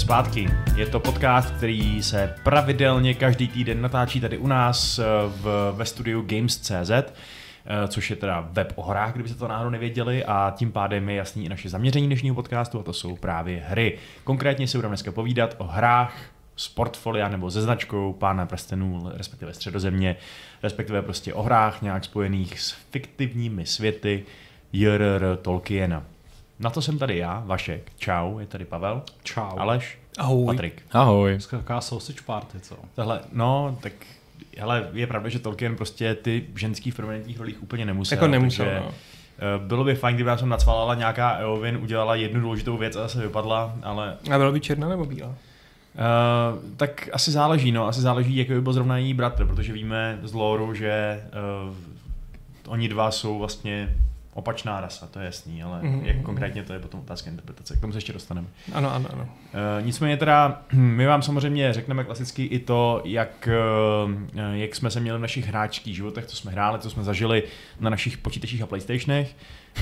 zpátky. Je to podcast, který se pravidelně každý týden natáčí tady u nás ve studiu Games.cz, což je teda web o hrách, kdybyste to náhodou nevěděli, a tím pádem je jasný i naše zaměření dnešního podcastu, a to jsou právě hry. Konkrétně si budeme dneska povídat o hrách z portfolia nebo ze značkou Pána prstenů, respektive Středozemě, respektive prostě o hrách nějak spojených s fiktivními světy J.R.R. Tolkiena. Na to jsem tady já, Vašek. Čau, je tady Pavel. Čau. Aleš. Ahoj. Patrik. Ahoj. Taková sausage party, co? Tohle, no, tak hele, je pravda, že Tolkien prostě ty ženský v prominentních rolích úplně nemusel. Jako nemusel, takže, no. Bylo by fajn, kdyby nám nacvalala nějaká Eowyn, udělala jednu důležitou věc a zase vypadla, ale... A byla by černá nebo bílá? Tak asi záleží, jaký by byl zrovna její bratr, protože víme z lóru, že oni dva jsou vlastně opačná rasa, to je jasný, ale jak konkrétně to je potom otázka interpretace, k tomu se ještě dostaneme. Ano. Nicméně teda, my vám samozřejmě řekneme klasicky i to, jak jsme se měli v našich hráčských životech, co jsme hráli, co jsme zažili na našich počítačích a PlayStationech.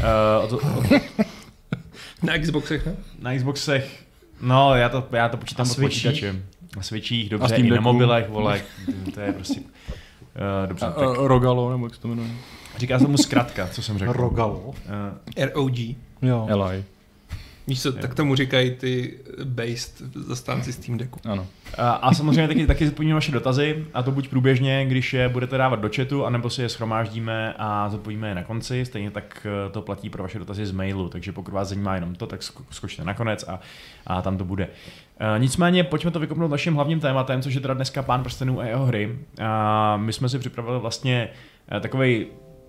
Na Xboxech, ne? Na Xboxech, no, já to počítám od počítače. Na Switchích, dobře, i na mobilech, vole, to je prostě dobře. Rogalo, nebo jak se to jmenuje? Říká se mu zkratka, co jsem řekl. Rogalo. ROG. Jo. Li. Víš co, tak tomu říkají ty based zastánci Steam Decku. Ano. A samozřejmě taky zodpovíme vaše dotazy, a to buď průběžně, když je budete dávat do chatu, anebo si je shromáždíme a zodpovíme je na konci. Stejně tak to platí pro vaše dotazy z mailu, takže pokud vás zajímá jenom to, tak skočte na konec a tam to bude. Nicméně pojďme to vykopnout naším hlavním tématem, což je teda dneska Pán prstenů a jeho hry. My jsme si připravili vlastně takovej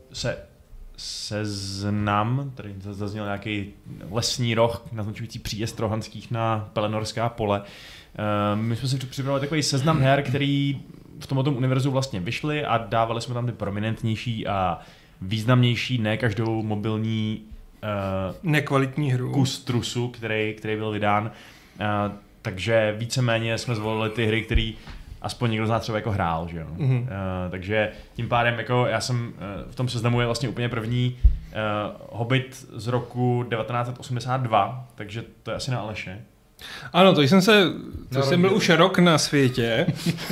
seznam, tady zazněl nějaký lesní roh naznačující příjezd rohanských na Pelenorská pole. My jsme si připravili takový seznam her, který v tomto univerzu vlastně vyšly, a dávali jsme tam ty prominentnější a významnější, ne každou mobilní nekvalitní hru. Kus trusu, který byl vydán. Takže víceméně jsme zvolili ty hry, které aspoň někdo z nás třeba jako hrál, že jo. Takže tím pádem jako já jsem v tom seznamu je vlastně úplně první Hobbit z roku 1982, takže to je asi na Aleše. Ano, to jsem byl už rok na světě.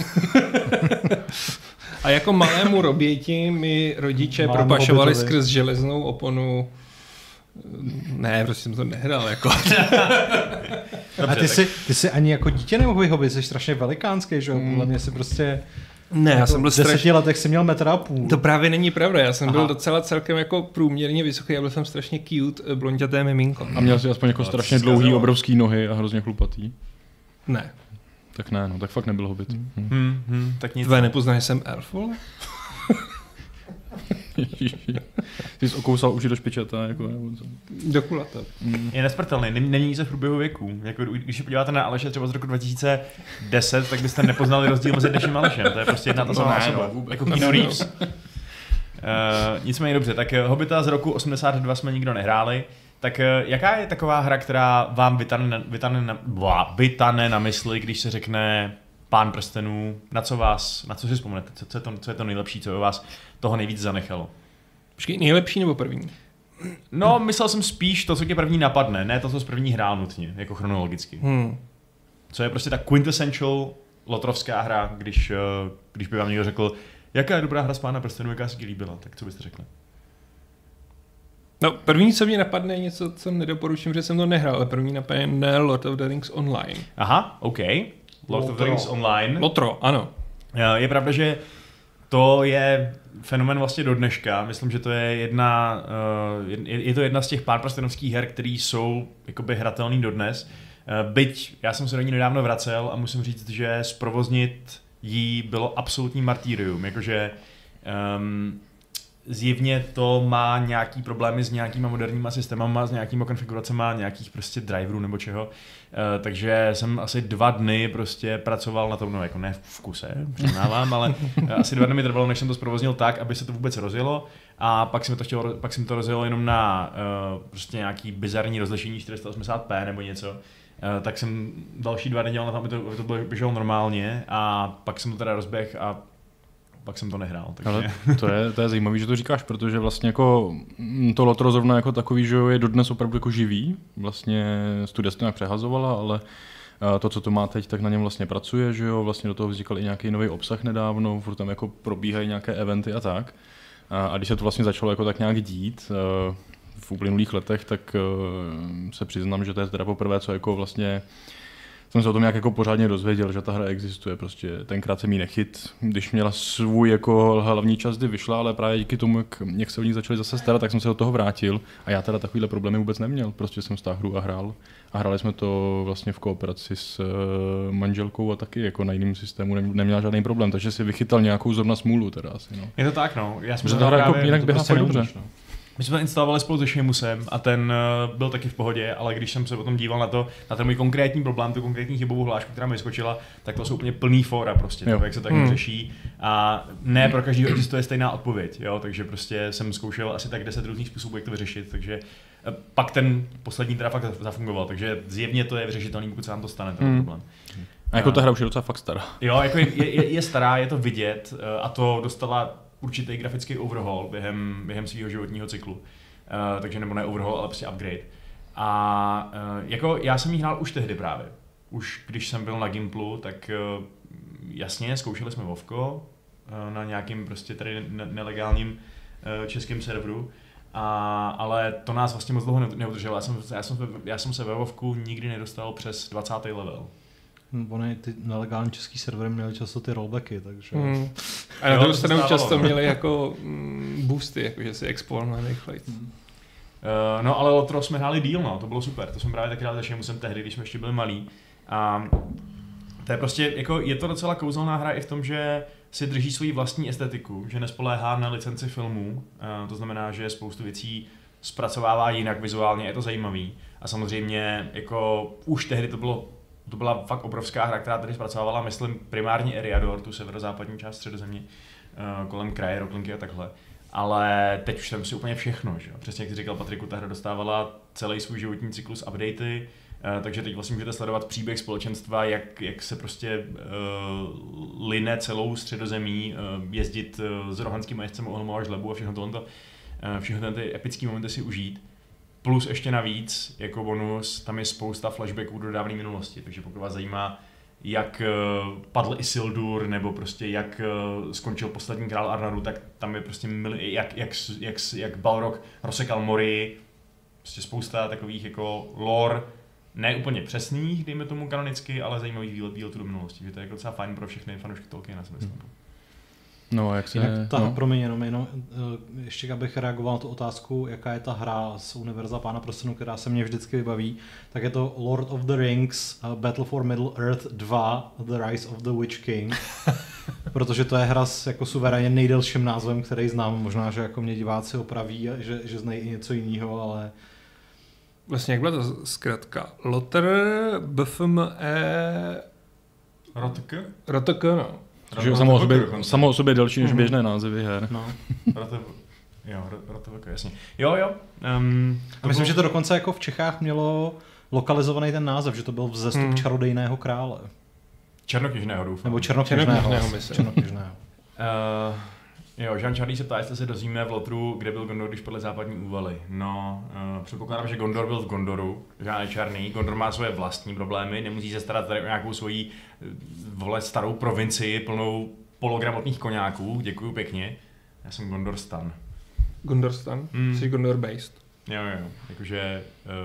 A jako malému roběti mi rodiče propašovali skrz železnou oponu. Ne, prostě jsem to nehrál jako. A ty jsi ani jako dítě nemohl Hobbit, jsi strašně velikánský, že jo? Podle mě si prostě... Ne, já jsem byl v 10 letech si měl 1,5 m. To právě není pravda, já jsem byl docela celkem jako průměrně vysoký, já byl jsem strašně cute, blonděté miminko. A měl jsi aspoň jako strašně dlouhý, obrovský nohy a hrozně chlupatý? Ne. Tak ne, no, tak fakt nebyl Hobbit. Tak nic. Tvé nepoznáš, jsem elf, vole? Ty jsi okousal uši do špičata, jako nebo co? Do kulata. Je nesmrtelný, není nic v průběhu věku. Jako, když se podíváte na Aleše třeba z roku 2010, tak byste nepoznali rozdíl mezi dnešním Alešem. To je prostě jedna ta samá osoba. Jako Keanu Reeves. Nicméně dobře, tak Hobbita z roku 82 jsme nikdo nehráli. Tak jaká je taková hra, která vám vytane na mysli, když se řekne Pán prstenů, na co si vzpomenete? Co je to nejlepší, co vás toho nejvíc zanechalo? Počkej, nejlepší nebo první? No, myslel jsem spíš to, co tě první napadne, ne to, co z první hrál nutně, jako chronologicky. Co je prostě ta quintessential lotrovská hra, když by vám někdo řekl, jaká je dobrá hra z Pána prstenů, jaká se ti líbila, tak co byste řekli? No, první, co mě napadne, je něco, co nedoporučím, že jsem to nehrál, ale první napadne Lord of the Rings Online. Aha, OK. Lord of the Rings Online. Lotro, ano. Je pravda, že to je fenomén vlastně do dneška. Myslím, že to je jedna z těch pár prstenovských her, které jsou jakoby hratelný dodnes. Byť já jsem se do ní nedávno vracel a musím říct, že zprovoznit jí bylo absolutní martýrium. Jakože zjevně to má nějaký problémy s nějakýma moderníma systémama, s nějakýma konfiguracema, nějakých prostě driverů nebo čeho. Takže jsem asi 2 dny prostě pracoval na tom, no jako ne v kuse, přiznávám, ale asi 2 dny mi trvalo, než jsem to zprovoznil tak, aby se to vůbec rozjelo, a pak jsem to rozjelo jenom na prostě nějaký bizarní rozlišení 480p nebo něco. Tak jsem další 2 dny dělal na tom, aby to běželo normálně, a pak jsem to teda rozběh a pak jsem to nehrál. Takže... Ale to je zajímavé, že to říkáš, protože vlastně jako to Lotro zrovna jako takový, že je dodnes opravdu jako živý. Vlastně studia se to nějak přehazovala, ale To, co to má teď, tak na něm vlastně pracuje, že jo, vlastně do toho vznikal i nějaký nový obsah nedávno, furt tam jako probíhají nějaké eventy a tak. A když se to vlastně začalo jako tak nějak dít v uplynulých letech, tak se přiznám, že to je teda poprvé, co jako vlastně jsem se o tom nějak jako pořádně dozvěděl, že ta hra existuje, prostě tenkrát jsem jí nechyt, když měla svůj jako hlavní čas, kdy vyšla, ale právě díky tomu, jak se o ní začali zase starat, tak jsem se do toho vrátil a já teda takovýhle problémy vůbec neměl, prostě jsem stáhl hru a hrál a hráli jsme to vlastně v kooperaci s manželkou a taky jako na jiném systému neměla žádný problém, takže si vychytal nějakou zrovna smůlu teda asi, no. Je to tak, no. Já jsem to jako jinak běhá prostě dobře. No. My jsme instalovali spolu se Shamusem a ten byl taky v pohodě, ale když jsem se potom díval na ten můj konkrétní problém, tu konkrétní chybovou hlášku, která mi vyskočila, tak to jsou úplně plný fóra prostě, to, jak se tak řeší. A ne pro každého existuje stejná odpověď, jo? Takže prostě jsem zkoušel asi tak 10 různých způsobů, jak to vyřešit, takže pak ten poslední teda fakt zafungoval, takže zjevně to je vyřešitelný, pokud se nám to stane, ten problém. A jako ta hra už je docela fakt stará. Jo, jako je stará, je to vidět a to dostala určitý grafický overhaul během svého životního cyklu. Takže nebo ne overhaul, ale prostě upgrade. A jako já jsem jí hrál už tehdy právě. Už když jsem byl na Gimplu, tak jasně, zkoušeli jsme Vovko na nějakým prostě tady nelegálním českém serveru. Ale to nás vlastně moc dlouho neudrželo. Já jsem se ve Vovku nikdy nedostal přes 20. level. Ony ty nelegální český servery měly často ty rollbacky, takže... A na druhou stranu často měli jako boosty, jakože si exportnuli rychleji. No ale Lotro jsme hráli díl, no, to bylo super, to jsem právě taky rád začal, musím tehdy, když jsme ještě byli malí. A to je prostě, jako je to docela kouzelná hra i v tom, že si drží svoji vlastní estetiku, že nespoléhá na licenci filmů, to znamená, že spoustu věcí zpracovává jinak vizuálně, je to zajímavý. A samozřejmě jako už tehdy to byla fakt obrovská hra, která tady zpracovávala, myslím, primárně Eriador, tu severozápadní část Středozemě, kolem kraje, Roklinky a takhle. Ale teď už jsem si úplně všechno, že? Přesně jak jsi říkal, Patriku, ta hra dostávala celý svůj životní cyklus updaty, takže teď vlastně můžete sledovat příběh společenstva, jak se prostě line celou Středozemí, jezdit s rohanským jezdcem o Olmu a Žlebu a všechno ty epický momenty si užít. Plus ještě navíc, jako bonus, tam je spousta flashbacků do dávné minulosti, takže pokud vás zajímá, jak padl Isildur, nebo prostě jak skončil poslední král Arnaru, tak tam je prostě jak Balrog rozsekal Morii, prostě spousta takových jako lore, ne úplně přesných, dejme tomu kanonicky, ale zajímavých výletů do minulosti, že to je jako docela fajn pro všechny fanoušky Tolkiena, si myslím. No, jak se... Promiň, jenom ještě abych reagoval na tu otázku, jaká je ta hra z univerza Pána prstenů, která se mě vždycky vybaví, tak je to Lord of the Rings, Battle for Middle-earth 2, The Rise of the Witch King, protože to je hra s jako suverénně nejdelším názvem, který znám, možná, že jako mě diváci opraví, že znají i něco jiného, ale... Vlastně jak byla to zkrátka? Lotter, BFME... Rotk, no. Takže samo o sobě delší než běžné názvy her. No. Rotovka, jasně. Jo. Myslím, že to dokonce jako v Čechách mělo lokalizovaný ten název, že to byl vzestup čarodejného krále. Černokněžného doufám. Nebo černokněžného. Jo, Jean Charlie se ptá, jestli se dozvíme v Lotru, kde byl Gondor, když podle západní úvaly. No, předpokládám, že Gondor byl v Gondoru, žádný černý. Gondor má svoje vlastní problémy, nemusí se starat tady o nějakou svoji starou provincii plnou pologramotných koňáků. Děkuju pěkně. Já jsem Gondorstan. Gondorstan? Jsi Gondor-based? Jo. Jakože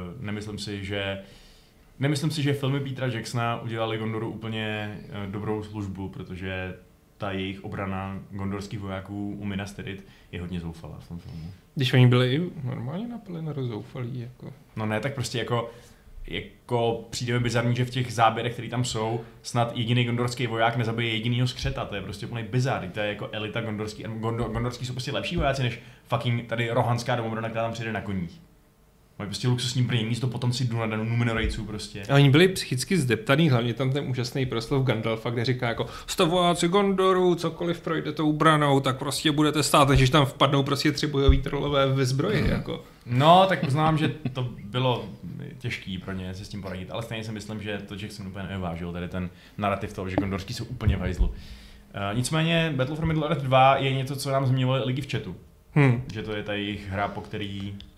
nemyslím si, že filmy Petera Jacksona udělali Gondoru úplně dobrou službu, protože ta jejich obrana gondorských vojáků u Minas Tirith je hodně zoufalá v tom filmu. Když oni byli normálně na Pelennor zoufalí, jako... No ne, tak prostě jako přijde mi bizarní, že v těch záběrech, které tam jsou, snad jediný gondorský voják nezabije jedinýho skřeta, to je prostě úplný bizar, to je jako elita gondorský, gondorský jsou prostě lepší vojáci než fucking tady rohanská domobrana, která tam přijde na koních. Mají prostě luxusní brnění, místo potom si jdu na Numenorejců prostě. A oni byli psychicky zdeptaný, hlavně tam ten úžasný proslov Gandalfa, kde říká jako jste vojáci Gondoru, cokoliv projde tou branou, tak prostě budete stát, než tam vpadnou prostě 3 bojový trolové ve zbroji. Jako. No, tak znám, že to bylo těžký pro ně se s tím poradit, ale stejně si myslím, že to Jackson úplně nevážil, tady ten narrativ toho, že gondorský jsou úplně v hajzlu. Nicméně Battle for Middle-earth 2 je něco, co nám zmiňovali lidi v chatu. Že to je ta jejich hra, po který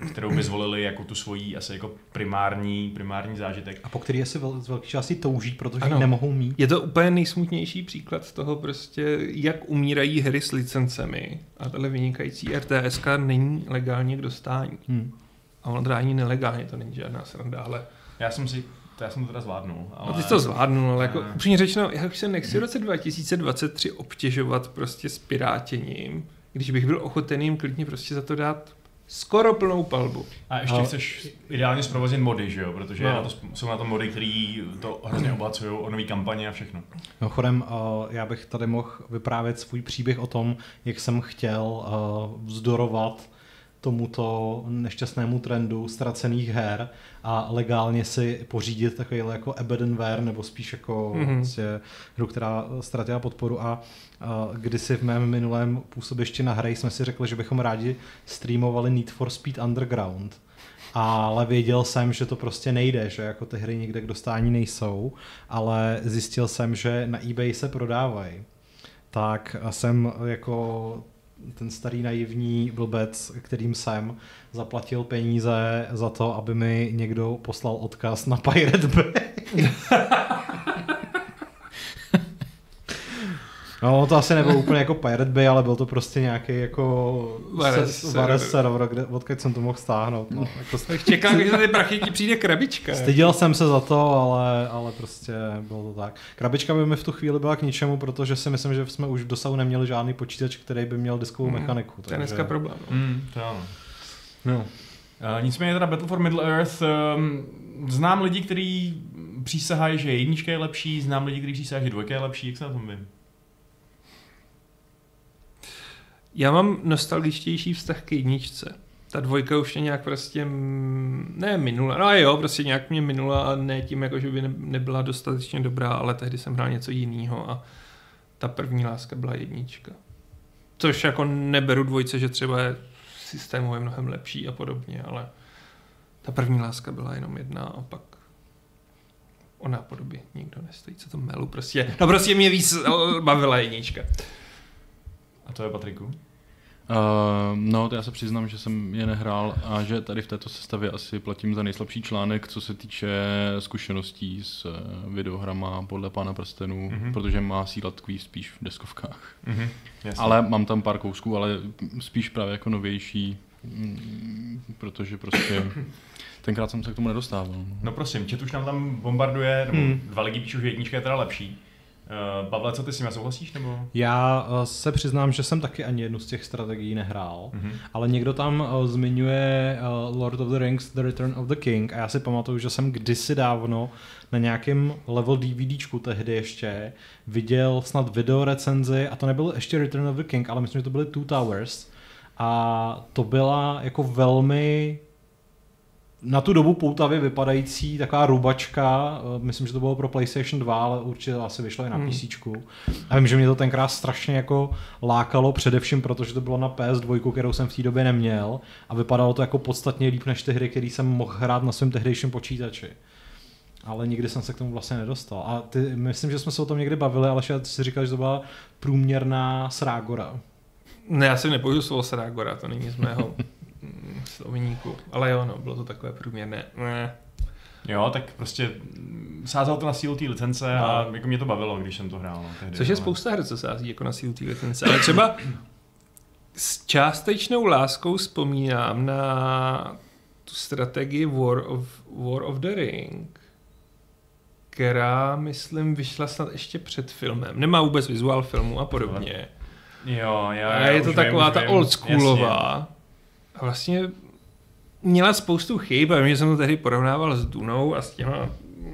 kterou by zvolili jako tu svoji asi jako primární zážitek. A po který asi z velké části touží, protože ji nemohou mít. Je to úplně nejsmutnější příklad toho prostě, jak umírají hry s licencemi. A tahle vynikající RTSK není legálně k dostání. A ono teda ani nelegálně, to není žádná sranda, ale... Já jsem to teda zvládnul. Ale... No ty jsi to zvládnul, ale jako upřímně řečeno, já už se nechci v roce 2023 obtěžovat prostě s pirátěním, když bych byl ochoten jim klidně prostě za to dát skoro plnou palbu. A ještě chceš ideálně zprovoznit mody, že jo? Protože jsou na to mody, který to hrozně obohacují o nový kampaně a všechno. Mimochodem, já bych tady mohl vyprávět svůj příběh o tom, jak jsem chtěl vzdorovat tomuto nešťastnému trendu ztracených her a legálně si pořídit takovýhle jako abandonware, nebo spíš jako vlastně hru, která ztratila podporu a kdysi v mém minulém působišti na hry jsme si řekli, že bychom rádi streamovali Need for Speed Underground. Ale věděl jsem, že to prostě nejde, že jako ty hry nikde k dostání nejsou, ale zjistil jsem, že na eBay se prodávají. Tak jsem jako ten starý naivní blbec, kterým jsem, zaplatil peníze za to, aby mi někdo poslal odkaz na Pirate Bay. No, to asi nebyl úplně jako Pirate Bay, ale byl to prostě nějaký jako Vares server, odkud jsem to mohl stáhnout. No, jako čekám, že za ty prachy ti přijde krabička. Styděl jsem se za to, ale prostě bylo to tak. Krabička by mi v tu chvíli byla k ničemu, protože si myslím, že jsme už v dosahu neměli žádný počítač, který by měl diskovou mechaniku. To je dneska problém. To ano. No. Nicméně teda Battle for Middle-earth, znám lidi, kteří přísahají, že jednička je lepší, znám lidi, kteří přísahají, že dvojka je lepší, jak se na tom vím? Já mám nostalgičtější vztah k jedničce. Ta dvojka už mě nějak prostě ne minula, no jo, prostě nějak mě minula a ne tím, jako že by nebyla dostatečně dobrá, ale tehdy jsem hrál něco jiného a ta první láska byla jednička. Což jako neberu dvojce, že třeba je systémově mnohem lepší a podobně, ale ta první láska byla jenom jedna a pak o nápodobě nikdo nestojí, co to melu prostě. No prostě mě víc bavila jednička. A to je, Patriku? No, to já se přiznám, že jsem je nehrál a že tady v této sestavě asi platím za nejslabší článek, co se týče zkušeností s videohrama podle Pána prstenů, protože má síla tkví spíš v deskovkách. Ale mám tam pár kousků, ale spíš právě jako novější, protože prostě tenkrát jsem se k tomu nedostával. No prosím, chat už nám tam bombarduje, nebo dva lidi píšou, že jednička je teda lepší. Pavle, co ty s tím souhlasíš? Nebo? Já se přiznám, že jsem taky ani jednu z těch strategií nehrál, ale někdo tam zmiňuje Lord of the Rings, The Return of the King a já si pamatuju, že jsem kdysi dávno na nějakém level DVDčku tehdy ještě viděl snad video recenzi a to nebyl ještě Return of the King, ale myslím, že to byly Two Towers a to byla jako velmi na tu dobu poutavě vypadající taková rubačka, myslím, že to bylo pro PlayStation 2, ale určitě asi vyšlo i na PCčku. A vím, že mě to tenkrát strašně jako lákalo, především protože to bylo na PS2, kterou jsem v té době neměl a vypadalo to jako podstatně líp než ty hry, které jsem mohl hrát na svém tehdejším počítači. Ale nikdy jsem se k tomu vlastně nedostal. A myslím, že jsme se o tom někdy bavili, ale já si říkal, že to byla průměrná srágora. Ne, já si nepoužiju slovo srágora, to není z mého sloveníku. Ale jo, no, bylo to takové průměrné. Jo, tak prostě sázel to na sílu té licence a jako mě to bavilo, když jsem to hrál. Tehdy, což je spousta her, co sází jako na sílu té licence. Ale třeba s částečnou láskou vzpomínám na tu strategii War of the Ring, která, myslím, vyšla snad ještě před filmem. Nemá vůbec vizuál filmu a podobně. Jo, a je to taková ta oldschoolová. A vlastně měla spoustu chyb a vím, že jsem to tehdy porovnával s Dunou a s těma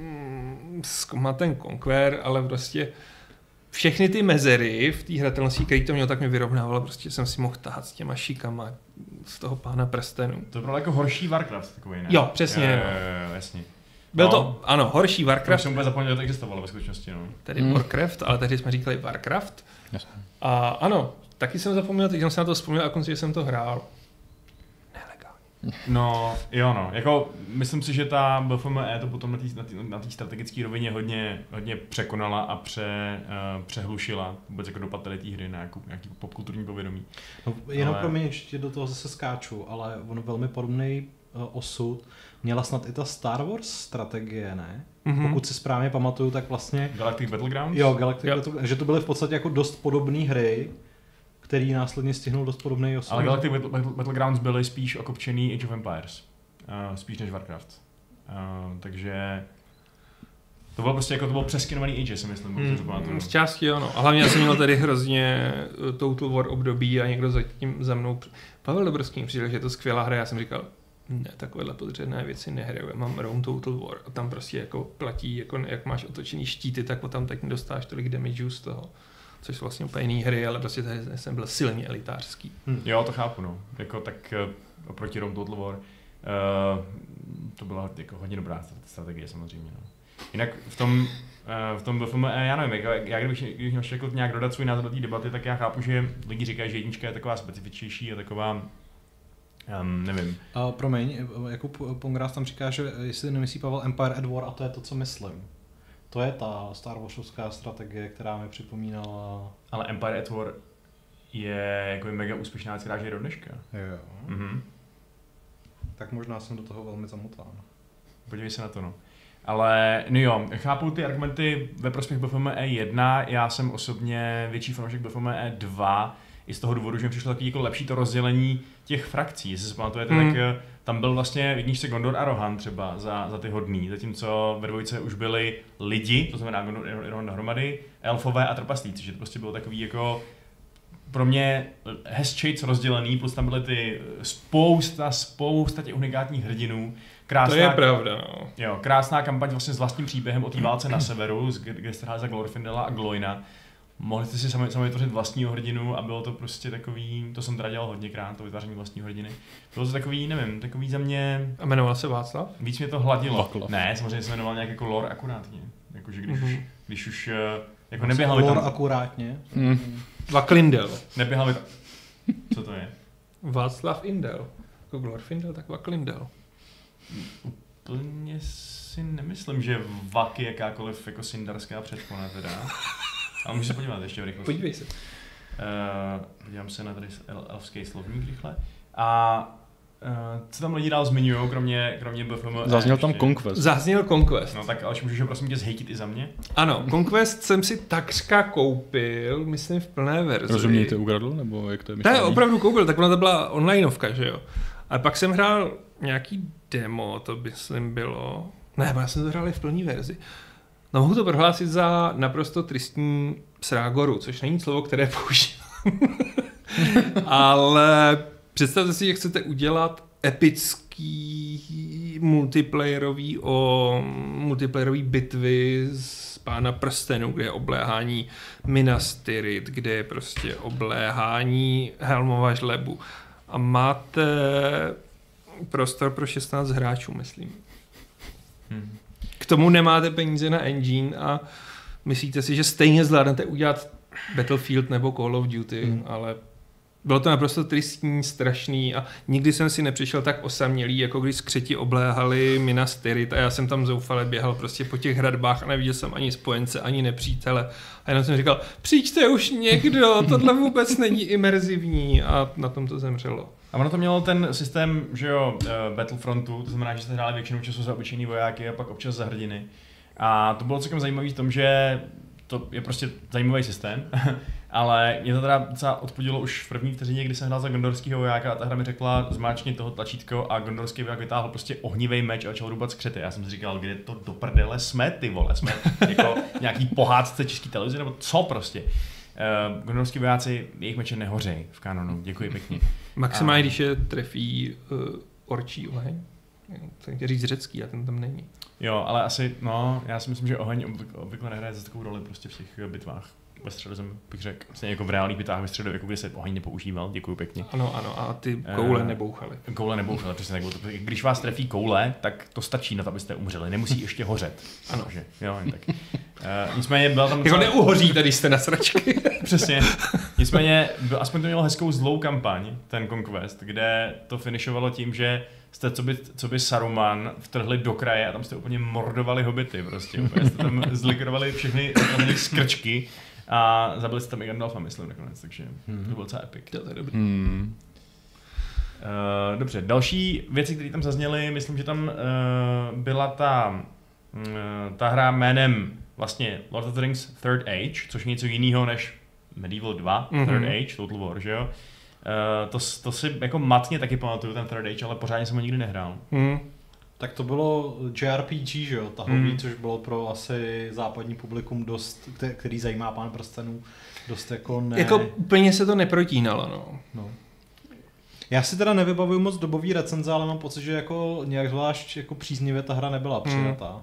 s Command & Conquer, ale prostě všechny ty mezery v té hratelnosti, který to mělo, tak mě vyrovnávalo, prostě jsem si mohl tahat s těma šikama z toho Pána prstenů. To bylo jako horší Warcraft takový, ne? Jo, přesně. Jo, jasně. Byl to, ano, horší Warcraft. To jsem úplně zapomněl, že to existovalo ve skutečnosti, no. Tedy Warcraft, ale tehdy jsme říkali Warcraft. Jasně. A ano, taky jsem zapomněl, teď jsem se na to vzpomněl a konci, že jsem to hrál. No, jo no, jako myslím si, že ta BFME to potom na té strategické rovině hodně překonala a přehlušila vůbec jako dopad tady té hry na nějaký popkulturní povědomí. No, jenom pro mě ještě do toho zase skáču, ale ono velmi podobný osud měla snad i ta Star Wars strategie, ne? Mm-hmm. Pokud si správně pamatuju, tak vlastně... Galactic Battlegrounds? Jo, Battlegrounds, že to byly v podstatě jako dost podobné hry, který následně stihnul dost podobný osud. Ale Galactic Battlegrounds byly spíš okopčený Age of Empires, spíš než Warcraft. Takže to bylo prostě jako to bylo přeskinovaný Age, si myslím. Z části jo, no. A hlavně já jsem měl tady hrozně Total War období a někdo za mnou, Pavel Dobrovský přišel, že je to skvělá hra, já jsem říkal, ne, takovéhle podřadné věci nehraju, já mám Rome Total War a tam prostě jako platí, jako jak máš otočený štíty, tak tam teď nedostáš tolik damageů z toho. Což jsou vlastně úplně jiný hry, ale prostě tady jsem byl silně elitářský. Jo, to chápu, no. Jako tak oproti Rome Total War to byla jako hodně dobrá strategie samozřejmě, no. Jinak v tom BFME, já nevím, já kdybych měl jako nějak dodat svůj názor do té debaty, tak já chápu, že lidi říkají, že jednička je taková specifičnější a taková, nevím. Promiň, Jakub Pongrás tam říká, že jestli nemyslí Pavel Empire at War a to je to, co myslím. To je ta Star Warsovská strategie, která mi připomínala... Ale Empire at War je jako mega úspěšná věc, která žije do dneška. Jo. Mm-hmm. Tak možná jsem do toho velmi zamotán. Podívej se na to, no. Ale, no jo, chápu ty argumenty ve prospěch BFME 1, já jsem osobně větší fanoušek BFME 2, i z toho důvodu, že mi přišlo takový jako lepší to rozdělení těch frakcí. Jestli si pamatujete, tak tam byl vlastně v jedničce Gondor a Rohan třeba za ty hodný, zatímco ve dvojce už byli lidi, to znamená Gondor a Rohan dohromady, elfové a trpaslíci, že to prostě bylo takový jako pro mě hezčejc rozdělený, plus tam byly ty spousta těch unikátních hrdinů. To je pravda, no. Jo, krásná kampaň vlastně s vlastním příběhem o té válce na severu, kde jste hráli za Glorfindela a Gloina. Mohli jste si sami vytvořit vlastního hrdinu a bylo to prostě takový, to jsem teda dělal hodněkrát, to vytváření vlastního hrdiny. Bylo to takový, nevím, takový za mě... A jmenoval se Václav? Víc mě to hladilo. Václav. Ne, samozřejmě se jmenoval nějak jako lore akurátně. Jakože když už jako neběhal mi tam... Lore akurátně? Vaklindel. Neběhal mi tam... Co to je? Václav Indel. Jako Glorfindel, tak Vaklindel. Úplně si nemyslím, že Vak je jakákoliv jako syndarská předpona teda. Ale můžu se podívat ještě v rychlosti. Podívej se. Podívám se na tady elfský slovník rychle. A co tam lidi dál zmiňují, kromě BFM? Zazněl tam Conquest. Zazněl Conquest. No tak Aleš, můžeš ho prosím tě zhejtit i za mě? Ano, Conquest jsem si takřka koupil, myslím v plné verzi. Rozumějte, ukradl? Nebo jak to je myšlení? myšlení? Ne, opravdu koupil, tak ona to byla onlineovka, že jo. Ale pak jsem hrál nějaký demo, to myslím bylo... Ne, já jsem to hrál i v plné verzi. No mohu to prohlásit za naprosto tristní srágoru, což není slovo, které používám. Ale představte si, že chcete udělat epický multiplayerový bitvy z Pána prstenů, kde je obléhání Minas Tirith, kde je prostě obléhání Helmova žlebu. A máte prostor pro 16 hráčů, myslím. K tomu nemáte peníze na engine a myslíte si, že stejně zvládnete udělat Battlefield nebo Call of Duty, ale bylo to naprosto tristní, strašný a nikdy jsem si nepřišel tak osamělý, jako když skřeti obléhali Minas Tirith a já jsem tam zoufale běhal prostě po těch hradbách a neviděl jsem ani spojence, ani nepřítele. A jenom jsem říkal, přijďte už někdo, tohle vůbec není imerzivní a na tom to zemřelo. A ono to mělo ten systém, že jo, Battlefrontu, to znamená, že jste hráli většinou času za obyčejný vojáky a pak občas za hrdiny. A to bylo celkem zajímavé v tom, že to je prostě zajímavý systém, ale mě to teda docela odpodilo už v první vteřině, kdy jsem hrál za gondorského vojáka a ta hra mi řekla zmáčkni toho tlačítko a gondorský voják vytáhl prostě ohnivý meč a začal rubat skřety. Já jsem si říkal, kde to do prdele jsme, ty vole, jsme jako nějaký pohádce český televize nebo co prostě. Gondorský vojáci, jejich meče nehořejí v kanonu, děkuji pěkně. Maximálně, když je trefí orčí oheň. Jsem chtěl říct řecký, a ten tam není. Jo, ale asi, no, já si myslím, že oheň obvykle nehraje za takovou roli prostě v těch bitvách ve středozemi, bych řekl. Vlastně jako v reálných bitvách ve středověku, kde se oheň nepoužíval, děkuju pěkně. Ano, a ty koule nebouchaly. Koule nebouchaly, přesně tak. Když vás trefí koule, tak to stačí na to, abyste umřeli, nemusí ještě hořet. Ano. Takže, jo, jen tak. Nicméně byla tam... Jako neuhoří tady jste na sračky. Přesně. Nicméně, aspoň to mělo hezkou zlou kampaň, ten Conquest, kde to finišovalo tím, že jste, co by Saruman, vtrhli do kraje a tam jste úplně mordovali hobity prostě. Úplně jste tam zlikvidovali všechny skrčky a zabili jste tam i Gandalfa, myslím, nakonec, takže to bylo docela epic. To je dobrý. Dobře, další věci, které tam zazněly, myslím, že tam byla ta hra jménem vlastně Lord of the Rings Third Age, což je něco jiného než Medieval 2, Third Age, Total War, že jo? To si jako matně taky pamatuju, ten Third Age, ale pořádně jsem ho nikdy nehrál. Tak to bylo JRPG, že jo, tahový, což bylo pro asi západní publikum dost, který zajímá Pán prstenů, dost jako ne... Jako úplně se to neprotínalo, no. Já si teda nevybavuju moc dobový recenze, ale mám pocit, že jako nějak zvlášť jako příznivě ta hra nebyla přijatá.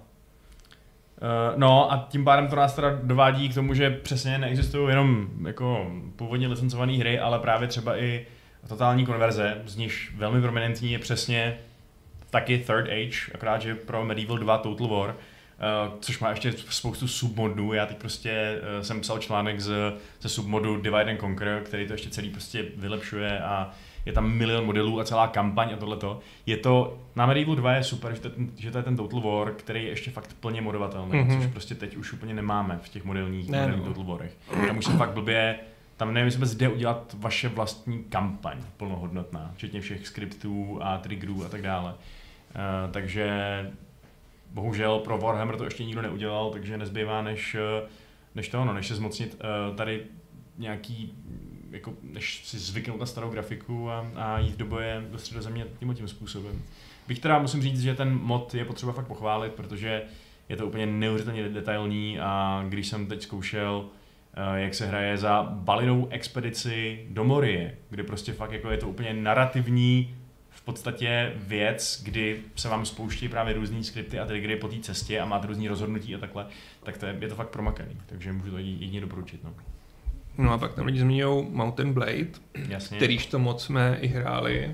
No a tím pádem to nás teda dovádí k tomu, že přesně neexistují jenom jako původně licencované hry, ale právě třeba i totální konverze, z níž velmi prominentní je přesně taky Third Age, akorát že pro Medieval 2 Total War, což má ještě spoustu submodů. Já teď prostě jsem psal článek ze submodu Divide and Conquer, který to ještě celý prostě vylepšuje a je tam milion modelů a celá kampaň a tohleto. Je to, na Medieval 2 je super, že to je ten Total War, který je ještě fakt plně modovatelný, což prostě teď už úplně nemáme v těch modelních Total Warech. Tam už se fakt blbě, tam nevím, jestli jde udělat vaše vlastní kampaň plnohodnotná, včetně všech skriptů a triggerů a tak dále. Takže bohužel pro Warhammer to ještě nikdo neudělal, takže nezbývá než se zmocnit tady nějaký, jako, než si zvyknout na starou grafiku a jít do boje do Středozemě tím způsobem. Bych teda musím říct, že ten mod je potřeba fakt pochválit, protože je to úplně neuvěřitelně detailní a když jsem teď zkoušel, jak se hraje za Balinovou expedici do Morie, kde prostě fakt jako je to úplně narrativní v podstatě věc, kdy se vám spouští právě různý skripty a triggery po té cestě a máte různý rozhodnutí a takhle, tak je to fakt promakaný, takže můžu to jedině doporučit. No a pak tam lidi zmiňují Mountain Blade, kterýž to moc jsme i hráli,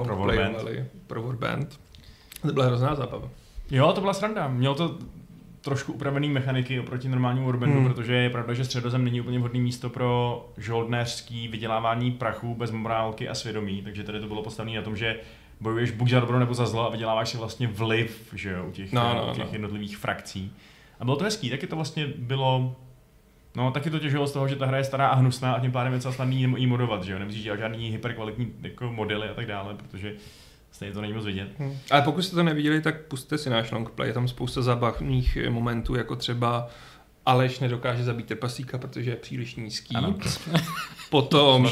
pro Warband. To byla hrozná zábava. Jo, to byla sranda. Mělo to trošku upravený mechaniky oproti normálnímu Warbandu, protože je pravda, že Středozem není úplně vhodné místo pro žoldnéřský vydělávání prachu bez morálky a svědomí, takže tady to bylo postavené na tom, že bojuješ buď za dobro nebo za zlo a vyděláváš si vlastně vliv, že jo, u těch jednotlivých frakcí. A bylo to hezký, taky to vlastně bylo. No, taky to těžilo z toho, že ta hra je stará a hnusná a tím pádem je celá snadný jí modovat, že jo? Nemusíš dělat žádný hyperkvalitní jako modely a tak dále, protože stejně to není moc vidět. Ale pokud jste to neviděli, tak pusťte si náš longplay, je tam spousta zábavných momentů, jako třeba Aleš nedokáže zabít trpaslíka, protože je příliš nízký. Ano. Potom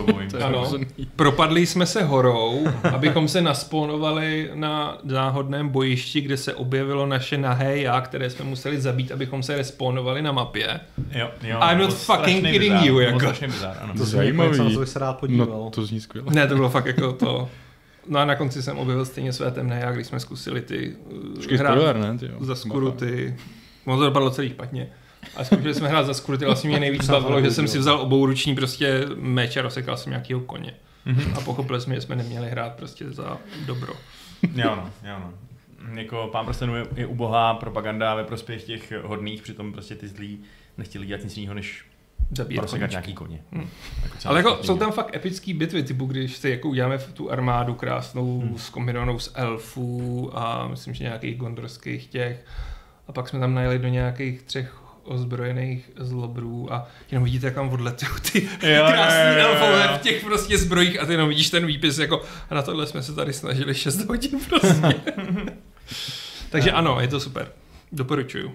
propadli jsme se horou, abychom se naspawnovali na náhodném bojišti, kde se objevilo naše nahé já, které jsme museli zabít, abychom se respawnovali na mapě. Jo, I'm not fucking kidding you. Jako. To zajímavý. To bych se rád podíval. No, to zní skvěle. Ne, to bylo fakt jako to. No a na konci jsem objevil stejně své temné já, když jsme zkusili ty hrát za skuru ty. Ono to dopadlo celý špatně. A zkoušeli jsme hrát za skuru, vlastně mě nejvíc bavilo, že jsem si vzal obouruční prostě meč a rozsekal jsem nějakýho koně. A pochopili jsme, že jsme neměli hrát prostě za dobro. Jo no. Jako Pán prstenů je ubohá propaganda ve prospěch těch hodných, přitom prostě ty zlí nechtěli dělat nic jiného, než rozsekat nějaký koně. Ale jako jsou tam fakt epický bitvy, typu když si jako uděláme tu armádu krásnou zkombinovanou z elfů a myslím, že nějakých gondorských těch. A pak jsme tam najeli do nějakých 3 ozbrojených zlobrů a jenom vidíte, jak tam odletují ty krásný elfové v těch prostě zbrojích a ty jenom vidíš ten výpis jako a na tohle jsme se tady snažili 6 hodin prostě. Takže ano, je to super. Doporučuju.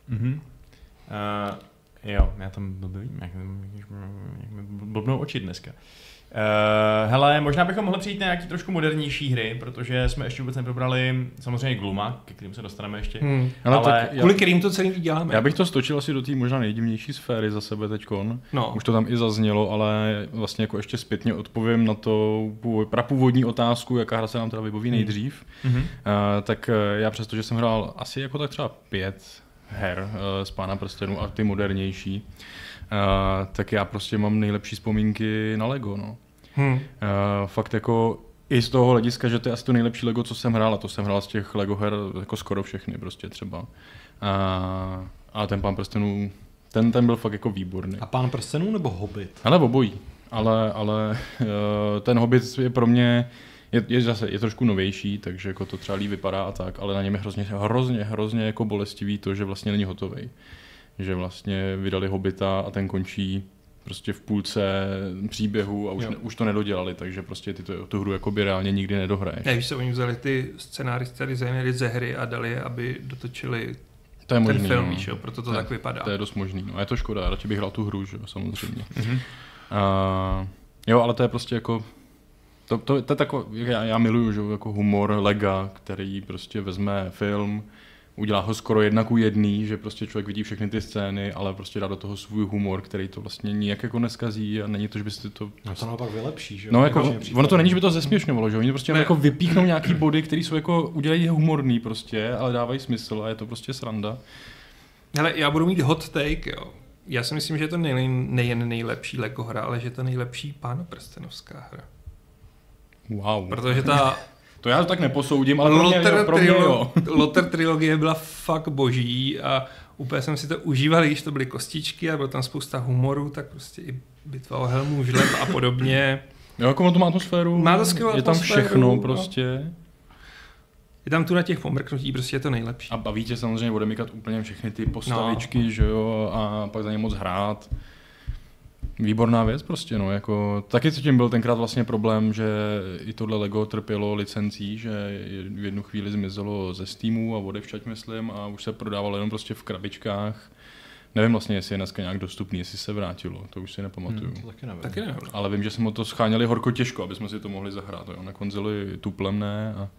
Jo, já tam blbím, jak blbnou oči dneska. Hele, možná bychom mohli přijít na nějaký trošku modernější hry, protože jsme ještě vůbec neprobrali samozřejmě Gluma, ke kterým se dostaneme ještě. Ale kvůli kterým to celý děláme. Já bych to stočil asi do té možná nejdivnější sféry za sebe teďkon. No. Už to tam i zaznělo, ale vlastně jako ještě zpětně odpovím na to prapůvodní otázku, jaká hra se nám teda vybaví nejdřív. Tak já přesto, že jsem hrál asi jako tak třeba 5 her z Pána prstenů a ty modernější, tak já prostě mám nejlepší vzpomínky na Lego, no. Fakt jako i z toho hlediska, že to je asi to nejlepší Lego, co jsem hrál, a to jsem hrál z těch Lego her jako skoro všechny prostě třeba. A ten Pán prstenů Ten byl fakt jako výborný. A Pán prstenů nebo Hobbit? Ale obojí. Ale ten Hobbit je pro mě je trošku novější, takže jako to třeba líp vypadá a tak, ale na něm je hrozně jako bolestivý to, že vlastně není hotovej. Že vlastně vydali Hobbita a ten končí prostě v půlce příběhu a už to nedodělali, takže prostě ty tu hru jakoby reálně nikdy nedohraješ. Víš se, oni vzali ty scénáristy a designery ze hry a dali je, aby dotočili to je možný, ten film, víš, proto to tak vypadá. To je dost možný, no a je to škoda, radši bych hrál tu hru, že jo, samozřejmě. Jo, ale to je prostě jako to je takový, já miluju, že jako humor Lega, který prostě vezme film, udělá ho skoro 1:1, že prostě člověk vidí všechny ty scény, ale prostě dá do toho svůj humor, který to vlastně nijak jako neskazí a není to, že by si to... No to naopak vylepší, že? No jako, ono to není, že by to zesměšňovalo, že oni prostě jako vypíchnou nějaký body, který jsou jako, udělají humorný prostě, ale dávají smysl a je to prostě sranda. Hele, já budu mít hot take, jo. Já si myslím, že je to nejen nejlepší Lego hra, ale že je to nejlepší Pánoprstenovská hra. Wow. Protože ta... To já to tak neposoudím, ale pro mě jo. Lotter trilogie byla fakt boží a úplně jsem si to užíval, když to byly kostičky a bylo tam spousta humoru, tak prostě i bitva o helmu, žleb a podobně. Jo, jako ono to má atmosféru, má to skvělou je tam atmosféru, všechno prostě. Je tam tu na těch pomrknutí, prostě je to nejlepší. A baví tě samozřejmě odemykat úplně všechny ty postavičky, že jo, a pak za ně moc hrát. Výborná věc prostě, no, jako taky co tím byl tenkrát vlastně problém, že i tohle Lego trpělo licencí, že v jednu chvíli zmizelo ze Steamu a odevšťať myslím a už se prodávalo jenom prostě v krabičkách. Nevím vlastně, jestli je dneska nějak dostupný, jestli se vrátilo, to už si nepamatuju. To taky nevím. Ale vím, že jsme to scháněli horko těžko, aby jsme si to mohli zahrát, jo. Na konzoli tuplem ne a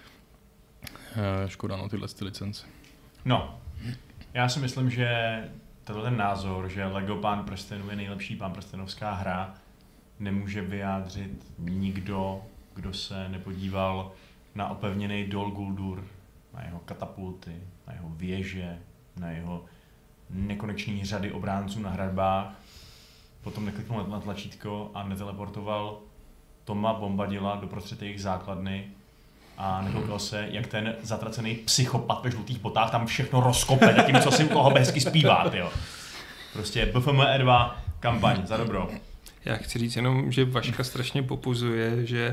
škoda no tyhle licence. No, já si myslím, že ten názor, že Lego Pán prstenů je nejlepší pánprstenovská hra, nemůže vyjádřit nikdo, kdo se nepodíval na opevněný Dol Guldur, na jeho katapulty, na jeho věže, na jeho nekonečný řady obránců na hradbách, potom nekliknul na tlačítko a neteleportoval Toma Bombadila doprostřed jejich základny a nekoukal se, jak ten zatracený psychopat ve žlutých botách tam všechno rozkope, takým, co si u toho hezky zpívá, tyjo. Prostě BFME 2 kampaň, za dobro. Já chci říct jenom, že Vaška strašně popuzuje, že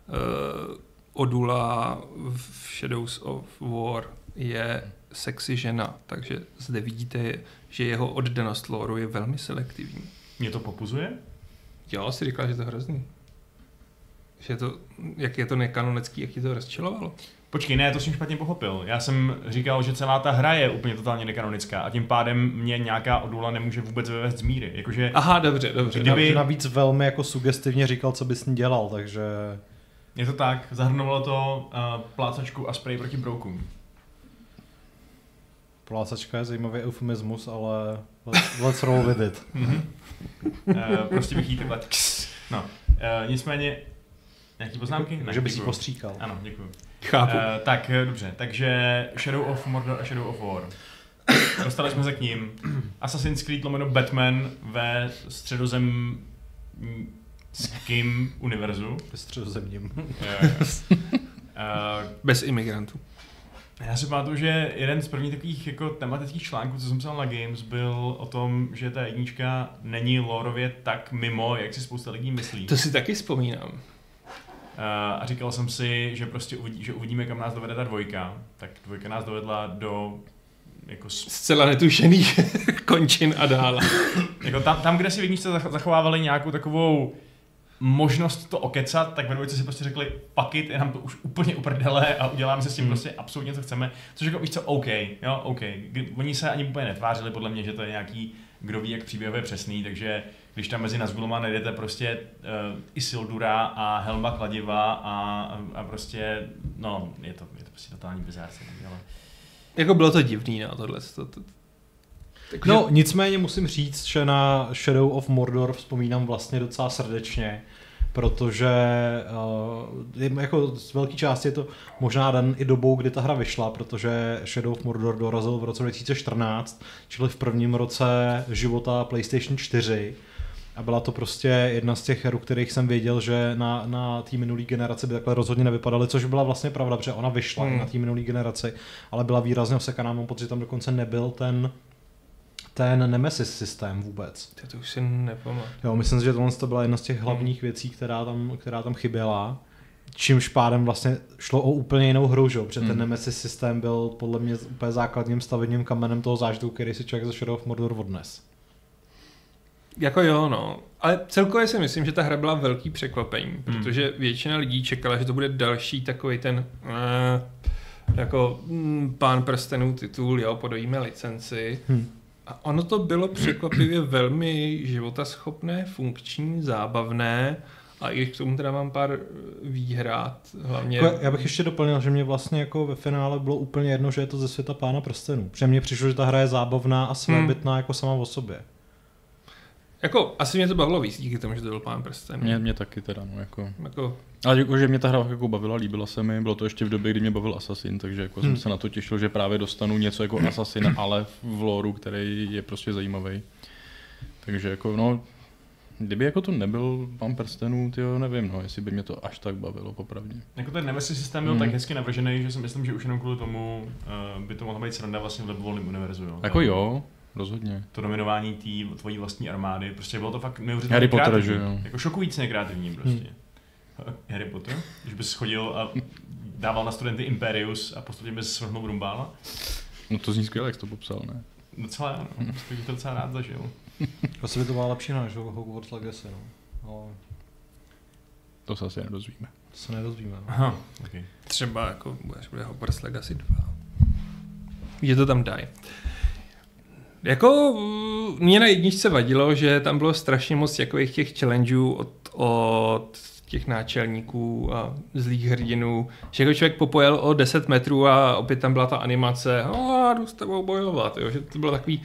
Odula v Shadows of War je sexy žena, takže zde vidíte, že jeho oddanost lóru je velmi selektivní. Mě to popuzuje? Jo, si říkala, že to je hrozný. Že to, jak je to nekanonický, jak ti to rozčilovalo? Počkej, ne, to jsem špatně pochopil. Já jsem říkal, že celá ta hra je úplně totálně nekanonická a tím pádem mě nějaká Odula nemůže vůbec vyvést z míry. Jakože, aha, dobře. Kdyby... Navíc velmi jako sugestivně říkal, co bys s ní dělal, takže... Je to tak, zahrnovalo to plácačku a spray proti broukům. Plácačka je zajímavý eufemismus, ale let's roll with it. Prostě bych jí takhle... No, nicméně... Nějaký poznámky? Že bys jí postříkal. Ano, děkuji. Chápu. Tak, dobře, takže Shadow of Mordor a Shadow of War. Dostali jsme se k ním. Assassin's Creed / Batman ve středozemském univerzu. Ve středozemním. Bez imigrantů. Já si pamatuju, že jeden z prvních takových jako tematických článků, co jsem psal na Games, byl o tom, že ta jednička není lórově tak mimo, jak si spousta lidí myslí. To si taky vzpomínám. A říkal jsem si, že prostě že uvidíme, kam nás dovede ta dvojka. Tak dvojka nás dovedla do jako zcela netušených končin a dále. Jako tam, kde si v jedničce zachovávali nějakou takovou možnost to okecat, tak ve dvojce si prostě řekli fuck it, je nám to už úplně uprdele a uděláme se s tím prostě absolutně co chceme. Což jako víš co, OK. Oni se ani úplně netvářili podle mě, že to je nějaký, kdo ví jak příběhově přesný, takže když tam mezi Nazgulama najdete prostě Isildura a Helma Kladiva a prostě, no, je to prostě totální bizárce, ale... Jako bylo to divný na tohle. No, nicméně musím říct, že na Shadow of Mordor vzpomínám vlastně docela srdečně, protože jako z velké části je to možná den i dobou, kdy ta hra vyšla, protože Shadow of Mordor dorazil v roce 2014, čili v prvním roce života PlayStation 4. A byla to prostě jedna z těch her, u kterých jsem věděl, že na té minulé generaci by takhle rozhodně nevypadaly, což byla vlastně pravda, protože ona vyšla na té minulé generaci, ale byla výrazně osekaná, mám pocit, že tam dokonce nebyl ten Nemesis systém vůbec. To už si nepamatuju. Jo, myslím si, že tohle to byla jedna z těch hlavních věcí, která tam chyběla. Čímž pádem vlastně šlo o úplně jinou hru, že? Protože ten Nemesis systém byl podle mě úplně základním stavebním kamenem toho zážitku, který si člověk ze Shadow of Mordor odnes. Jako jo, no. Ale celkově si myslím, že ta hra byla velký překvapení, protože většina lidí čekala, že to bude další takový ten jako Pán prstenů titul, jo, podojíme licenci. A ono to bylo překvapivě velmi životaschopné, funkční, zábavné a i k tomu teda mám pár výhrad. Hlavně... Já bych ještě doplnil, že mě vlastně jako ve finále bylo úplně jedno, že je to ze světa Pána prstenů. Protože mně přišlo, že ta hra je zábavná a svébytná jako sama o sobě. Jako, asi mě to bavilo víc díky tomu, že to byl Pán prstenů. Mě taky teda, no jako... Jako... Ale jako, že mě ta hra jako bavila, líbila se mi, bylo to ještě v době, kdy mě bavil Assassin, takže jako jsem se na to těšil, že právě dostanu něco jako Assassin, ale v loreu, který je prostě zajímavý. Takže jako, no, kdyby jako to nebyl Pán prstenů, tyjo, nevím, no, jestli by mě to až tak bavilo, popravdě. Jako ten Nemesis systém byl tak hezky navržený, že si myslím, že už jenom kvůli tomu by to mohla být sranda vlastně v libovolném univerzu. Jo? Jako jo, rozhodně. To dominování té tvojí vlastní armády, prostě bylo to fakt neuvěřitelně Harry Potter, kreativní. že jo. Jako šokující nekreativní prostě. Harry Potter? Když bys schodil a dával na studenty Imperius a postupně bys svrhnul Brumbála? No to zní skvěle, jak jsi to popsal, ne? Docela jo, no. Bych to docela rád zažil. Asi by to byla lepší než Hogwarts Legacy, no. Ale... To se asi nedozvíme. To se nedozvíme, no. Aha, okay. Třeba jako bude Hogwarts Legacy 2. Je to tam dají. Jako mě na jedničce vadilo, že tam bylo strašně moc takových těch challengeů od těch náčelníků a zlých hrdinů, že jako člověk popojel o 10 metrů a opět tam byla ta animace, jdu s tebou bojovat, jo, že to bylo takový,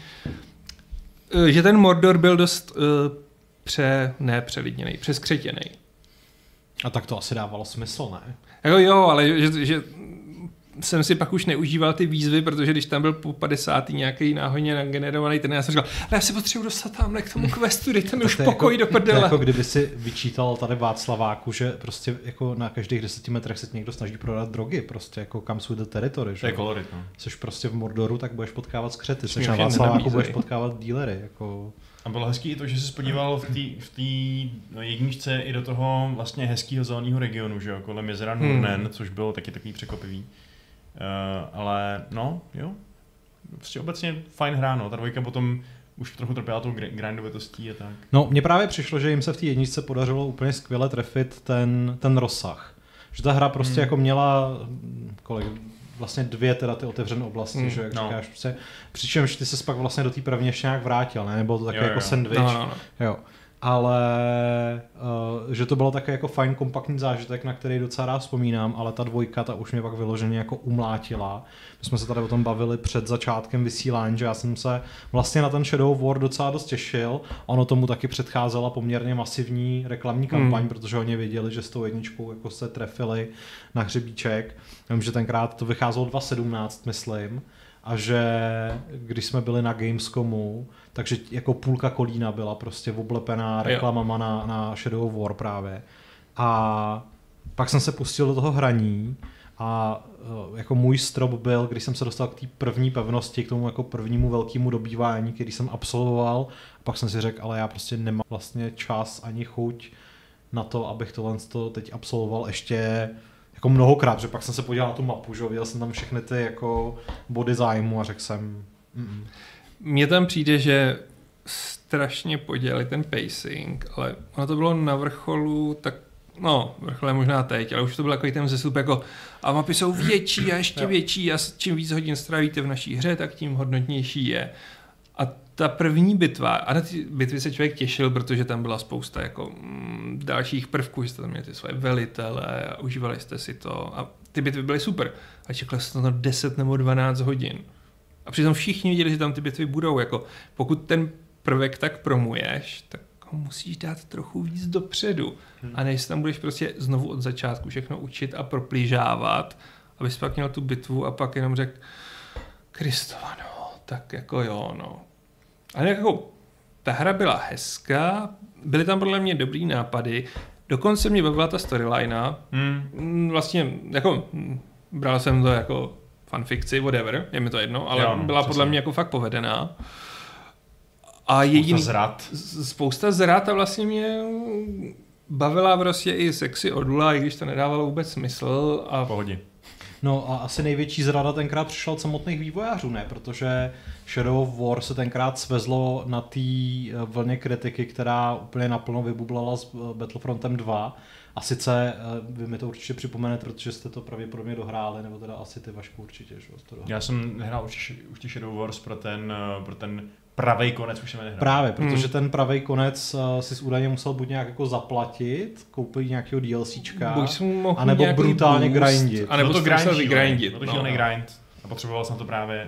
že ten Mordor byl dost nepřelidněnej, přeskřetěnej. A tak to asi dávalo smysl, ne? Jako jo, ale že jsem si pak už neužíval ty výzvy, protože když tam byl po 50. nějaký náhodně nagenerovaný ten, já jsem říkal, ale já si potřebuji dostat tamhle k tomu questu, dejte mi už pokoj do prdele. To jako kdyby si vyčítal tady Václaváku, že prostě jako na každých 10 metrech se ti někdo snaží prodat drogy, prostě jako comes with the territory. To je kolorit, no. Což prostě v Mordoru, tak budeš potkávat skřety, což na Václaváku budeš potkávat dílery, jako... A bylo hezký i to, že jsi spodíval v té jedničce i do toho vlastně hezkého zeleného regionu, že jo, kolem jezera Nurnen, což bylo taky takový překvapivý. Ale no, jo, prostě obecně fajn hra, no, ta dvojka potom už trochu trpěla tou grindovitostí a tak. No, mně právě přišlo, že jim se v té jedničce podařilo úplně skvěle trefit ten rozsah. Že ta hra prostě jako měla, vlastně 2 teda ty otevřené oblasti, že jak říkáš, prostě, přičemž ty ses pak vlastně do té první ještě nějak vrátil, ne? Nebylo to takový jako sandwich. No. Jo. Ale že to bylo také jako fajn kompaktní zážitek, na který docela rád vzpomínám, ale ta dvojka, ta už mě pak vyloženě jako umlátila. My jsme se tady o tom bavili před začátkem vysílání, že já jsem se vlastně na ten Shadow of War docela dost těšil. Ono tomu taky předcházela poměrně masivní reklamní kampaň, protože oni věděli, že s tou jedničkou jako se trefili na hřebíček. Vím, že tenkrát to vycházelo 2017, myslím. A že když jsme byli na Gamescomu, takže jako půlka Kolína byla prostě oblepená reklamama na Shadow of War právě. A pak jsem se pustil do toho hraní a jako můj strop byl, když jsem se dostal k té první pevnosti, k tomu jako prvnímu velkému dobývání, který jsem absolvoval. A pak jsem si řekl, ale já prostě nemám vlastně čas ani chuť na to, abych tohle teď absolvoval ještě jako mnohokrát, že pak jsem se podíval na tu mapu, že viděl jsem tam všechny ty jako body zájmu a řekl jsem... Mně tam přijde, že strašně podělali ten pacing, ale ono to bylo na vrcholu, tak no, vrchol je možná teď, ale už to byl takový ten vzestup jako a mapy jsou větší a ještě větší a čím víc hodin strávíte v naší hře, tak tím hodnotnější je. A ta první bitva, a na ty bitvy se člověk těšil, protože tam byla spousta jako dalších prvků, že jste tam měli ty svoje velitele a užívali jste si to a ty bitvy byly super. A čekal jsem na to 10 nebo 12 hodin. A přitom všichni viděli, že tam ty bitvy budou. Jako, pokud ten prvek tak promuješ, tak ho musíš dát trochu víc dopředu. A než tam budeš prostě znovu od začátku všechno učit a proplížávat, abys pak měl tu bitvu a pak jenom řekl Kristova, no, tak jako jo, no. Ale jako ta hra byla hezká, byly tam podle mě dobrý nápady, dokonce mě bavila ta storyline. Vlastně jako bral jsem to jako fanfikci, whatever, je mi to jedno, ale byla podle mě jako fakt povedená. A spousta zrad a vlastně mě bavila prostě i sexy Odula, i když to nedávalo vůbec smysl. A pohodě. No a asi největší zrada tenkrát přišla od samotných vývojářů, ne? Protože Shadow of War se tenkrát svezlo na té vlně kritiky, která úplně naplno vybublala s Battlefrontem 2. A sice, vy mi to určitě připomenete, protože jste to pravděpodobně dohráli, nebo teda asi ty Vašku určitě, že to dohrál. Já jsem nehrál už ty Shadow Wars pro ten pravej konec, už jsem nehrál. Právě, protože ten pravej konec si údajně musel buď nějak jako zaplatit, koupit nějakého DLCčka, anebo brutálně grindit. A nebo to grindit. To šílený grind. A potřeboval jsem to právě,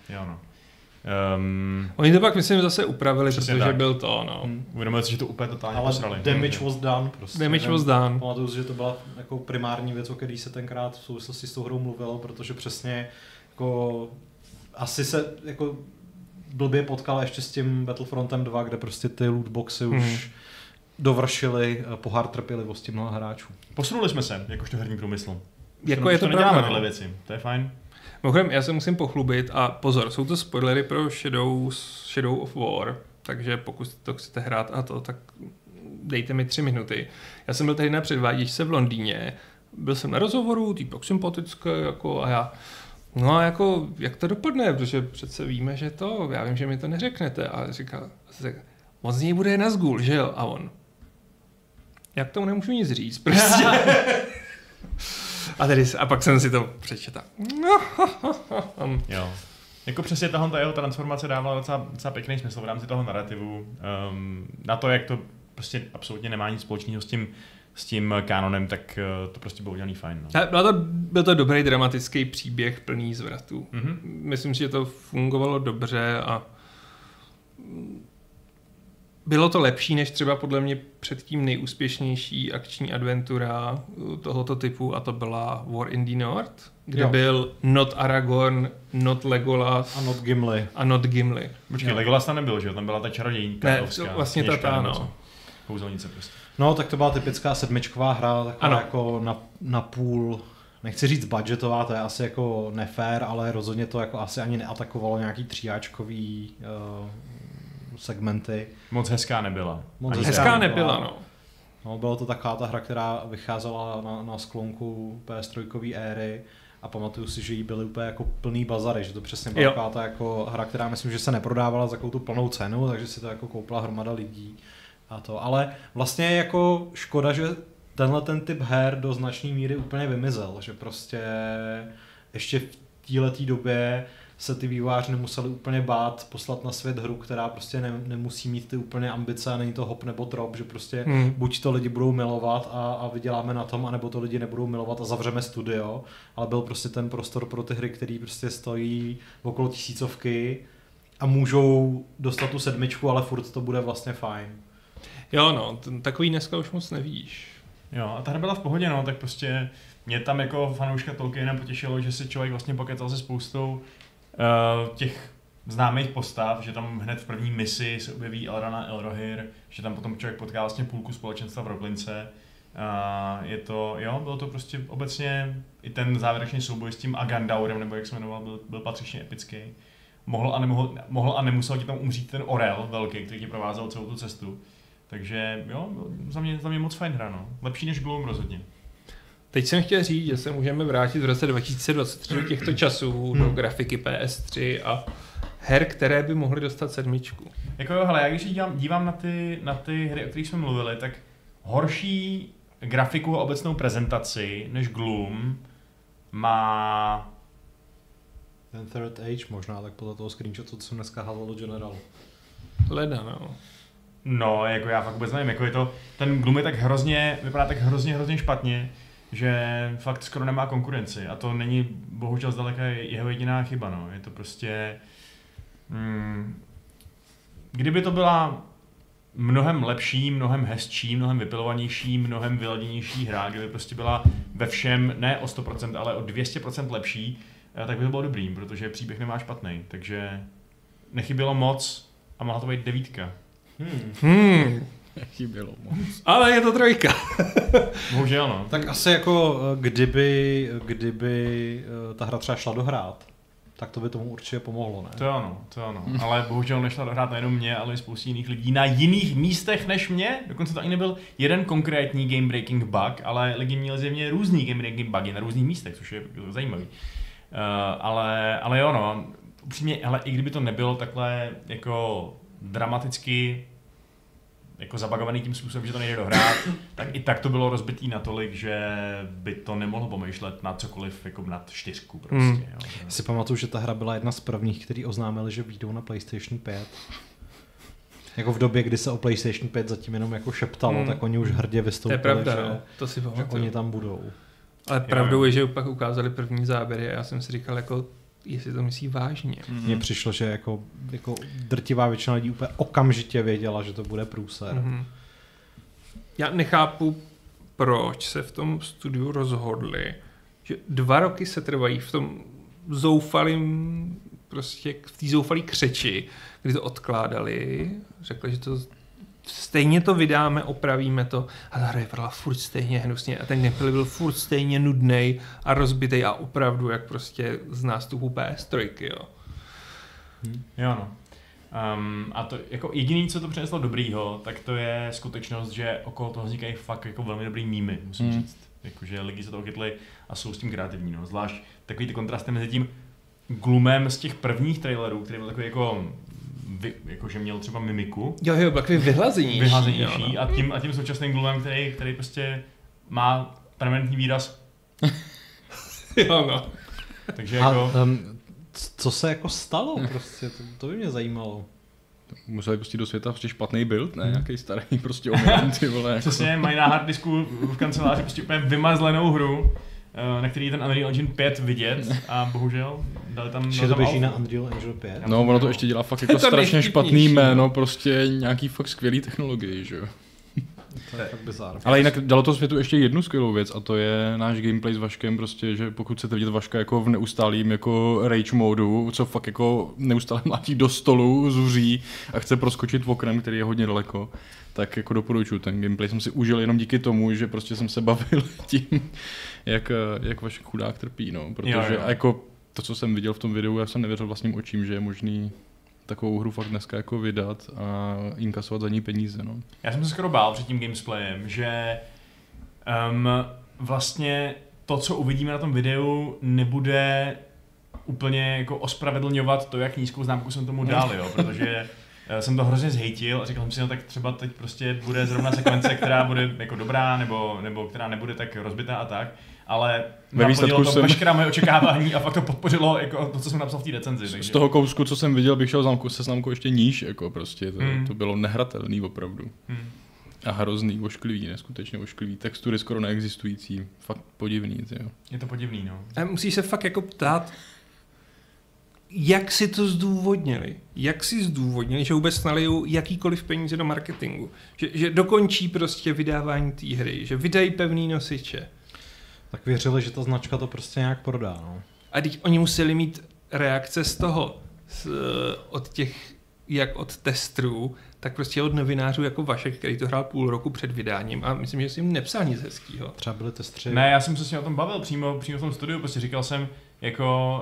Oni to pak myslím zase upravili, přesně protože tak. byl to, no. Uvědomili si, že to úplně totálně posrali. Ale damage was done prostě. Damage was done. Pamatuju si, že to byla jako primární věc, o který se tenkrát v souvislosti s tou hrou mluvilo, protože přesně jako asi se jako blbě potkal ještě s tím Battlefrontem 2, kde prostě ty lootboxy už dovršily pohár trpělivosti mnoha hráčů. Posunuli jsme se, jakožto herní průmysl. Jako je to pravda, tyhle věci, to je fajn. Mimochodem, já se musím pochlubit a pozor, jsou to spoilery pro Shadow of War, takže pokud to chcete hrát a to, tak dejte mi 3 minuty. Já jsem byl tady na předváděčce v Londýně, byl jsem na rozhovoru, týpek sympatický, jako a já, no a jako, jak to dopadne, protože přece víme, že to, já vím, že mi to neřeknete a říká, on z něj bude Nazgul, že jo? A on, jak tomu nemůžu nic říct, prostě. A pak jsem si to přečetl. Jo. Jako přesně ta jeho transformace dávala docela pěkný smysl v rámci toho narrativu. Na to, jak to prostě absolutně nemá nic společného s tím kanonem, tak to prostě bylo udělaný fajn. No. Byl to dobrý dramatický příběh plný zvratů. Mm-hmm. Myslím si, že to fungovalo dobře a bylo to lepší než třeba podle mě předtím nejúspěšnější akční adventura tohoto typu a to byla War in the North, kde byl not Aragorn, not Legolas a not Gimli. Počkej, Legolas tam nebyl, že jo? Tam byla ta čarodějníka. Ne, vlastně ta, no. Kouzelnice prostě. No, tak to byla typická sedmičková hra, taková jako na půl, nechci říct budgetová, to je asi jako nefér, ale rozhodně to jako asi ani neatakovalo nějaký tříáčkový segmenty. Moc hezká nebyla. Hezká nebyla, no. No, byla to taková ta hra, která vycházela na sklonku PS3 éry a pamatuju si, že jí byly úplně jako plný bazary, že to přesně byla taková ta jako hra, která myslím, že se neprodávala za takovou tu plnou cenu, takže si to jako koupila hromada lidí a to. Ale vlastně je jako škoda, že ten typ her do značné míry úplně vymizel, že prostě ještě v této době se ty vývojáři nemuseli úplně bát poslat na svět hru, která prostě nemusí mít ty úplně ambice a není to hop nebo drop, že prostě buď to lidi budou milovat a vyděláme na tom, anebo to lidi nebudou milovat a zavřeme studio, ale byl prostě ten prostor pro ty hry, který prostě stojí okolo 1000 a můžou dostat tu 7, ale furt to bude vlastně fajn. Jo no, takový dneska už moc nevíš. Jo, a ta hra byla v pohodě, no, tak prostě mě tam jako fanouška Tolkiena potěšilo, že si člověk vlastně pokecal se spoustou těch známých postav, že tam hned v první misi se objeví Elrond a Elrohir, že tam potom člověk potká vlastně půlku společenstva v Roklince. Je to, jo, bylo to prostě obecně i ten závěrečný souboj s tím Agandaurem, nebo jak se jmenoval, byl patřičně epický. Mohl a nemusel ti tam umřít ten orel velký, který ti provázel celou tu cestu. Takže jo, za mě moc fajn hra, no. Lepší než Gloom rozhodně. Teď jsem chtěl říct, že se můžeme vrátit v roce 2023 do těchto časů, do grafiky PS3 a her, které by mohly dostat 7. Jako jo, hele, já když dívám na ty hry, o kterých jsme mluvili, tak horší grafiku a obecnou prezentaci než Gloom má ten Third Age možná, tak podle toho screenshotu, co jsem dneska házal do General. Leda, no. No, jako já fakt vůbec nevím, jako je to, ten Gloom je tak hrozně, vypadá tak hrozně špatně, že fakt skoro nemá konkurenci a to není bohužel zdaleka jeho jediná chyba, no. Je to prostě, kdyby to byla mnohem lepší, mnohem hezčí, mnohem vypilovanější, mnohem vyladěnější hra, kdyby prostě byla ve všem ne o 100%, ale o 200% lepší, tak by to bylo dobrý, protože příběh nemá špatný, takže nechybělo moc a mohla to být 9. Nechybělo moc. Ale je to 3. Bohužel, no. Tak asi jako kdyby ta hra třeba šla dohrát, tak to by tomu určitě pomohlo, ne? To ano. Ale bohužel nešla dohrát nejenom mě, ale i spoustě jiných lidí na jiných místech než mě. Dokonce to ani nebyl jeden konkrétní game breaking bug, ale lidi měli zjevně různý game breaking bugy na různých místech, což je zajímavý. Ale jo, no, upřímně, ale i kdyby to nebylo takhle jako dramaticky jako zabagovaný tím způsobem, že to nejde dohrát, tak i tak to bylo rozbitý natolik, že by to nemohlo pomýšlet na cokoliv jako nad 4 prostě. Jo. Já si pamatuju, že ta hra byla jedna z prvních, který oznámili, že vyjdou na PlayStation 5. Jako v době, kdy se o PlayStation 5 zatím jenom jako šeptalo, tak oni už hrdě vystoupili, to je pravda, že, to si že oni tam budou. Ale pravdou je, že pak ukázali první záběry a já jsem si říkal, jako, jestli to myslí vážně. Mně přišlo, že jako drtivá většina lidí úplně okamžitě věděla, že to bude průser. Já nechápu, proč se v tom studiu rozhodli, že 2 roky se trvají v tom zoufalým, prostě v té zoufalý křeči, kdy to odkládali, řekli, že to stejně to vydáme, opravíme to a ta hra vypadala furt stejně hnusně a ten gameplay byl furt stejně nudnej a rozbitej a opravdu jak prostě z nástupu PS3, jo. Jo no. A to jako jediný, co to přineslo dobrýho, tak to je skutečnost, že okolo toho vznikají fakt jako velmi dobrý mýmy, musím říct. Jakože lidi se toho chytli a jsou s tím kreativní, no. Zvlášť takový ty kontrasty mezi tím glumem z těch prvních trailerů, který byl takový jako že měl třeba mimiku. Jo, takový vyhlazenější. A tím současným glumem, který prostě má permanentní výraz. Jo, no. Takže jako... Co se jako stalo prostě, to by mě zajímalo. Museli pustit do světa prostě špatný build, ne? Nějaký starý prostě omylem, ty vole. Přesně, mají na hard disku v kanceláři prostě úplně vymazlenou hru, na který je ten Unreal Engine 5 vidět a bohužel dali tam... Že to běží na Unreal Engine 5? No, ono to ještě dělá fakt jako strašně špatný jméno, prostě nějaký fakt skvělý technologii, že jo. To je fakt bizár. Ale jinak dalo to světu ještě jednu skvělou věc a to je náš gameplay s Vaškem, prostě, že pokud chcete vidět Vaška jako v neustálým jako rage modu, co fakt jako neustále mlátí do stolu, zuří a chce proskočit oknem, který je hodně daleko, tak jako doporučuji. Ten gameplay jsem si užil jenom díky tomu, že prostě jsem se bavil tím, jak Vašek chudák trpí, no, protože jako to, co jsem viděl v tom videu, já jsem nevěřil vlastním očím, že je možný takovou hru fakt dneska jako vydat a inkasovat za ní peníze. No. Já jsem se skoro bál před tím gamesplayem, že vlastně to, co uvidíme na tom videu, nebude úplně jako ospravedlňovat to, jak nízkou známku jsem tomu dal, jo, protože jsem to hrozně zhejtil a říkal jsem si, no tak třeba teď prostě bude zrovna sekvence, která bude jako dobrá, nebo která nebude tak rozbitá a tak, ale naplnilo to veškerá moje očekávání a fakt to podpořilo jako to, co jsem napsal v té recenzi. Takže... Z toho kousku, co jsem viděl, bych šel se známkou ještě níž, jako prostě, to bylo nehratelný opravdu. A hrozný, ošklivý, neskutečně ošklivý, textury skoro neexistující, fakt podivný, jo. Je to podivný, no. A musíš se fakt jako ptát, jak si to zdůvodnili? Jak si zdůvodnili, že vůbec nalijou jakýkoliv peníze do marketingu? Že dokončí prostě vydávání té hry, že vydají pevný nosiče. Tak věřili, že ta značka to prostě nějak prodá, no. A teď oni museli mít reakce z toho, od těch, jak od testrů, tak prostě od novinářů jako Vašek, který to hrál půl roku před vydáním a myslím, že si jim nepsal nic hezkýho. Třeba byli testři. Ne, já jsem se s ním o tom bavil přímo v tom studiu, prostě říkal jsem, jako...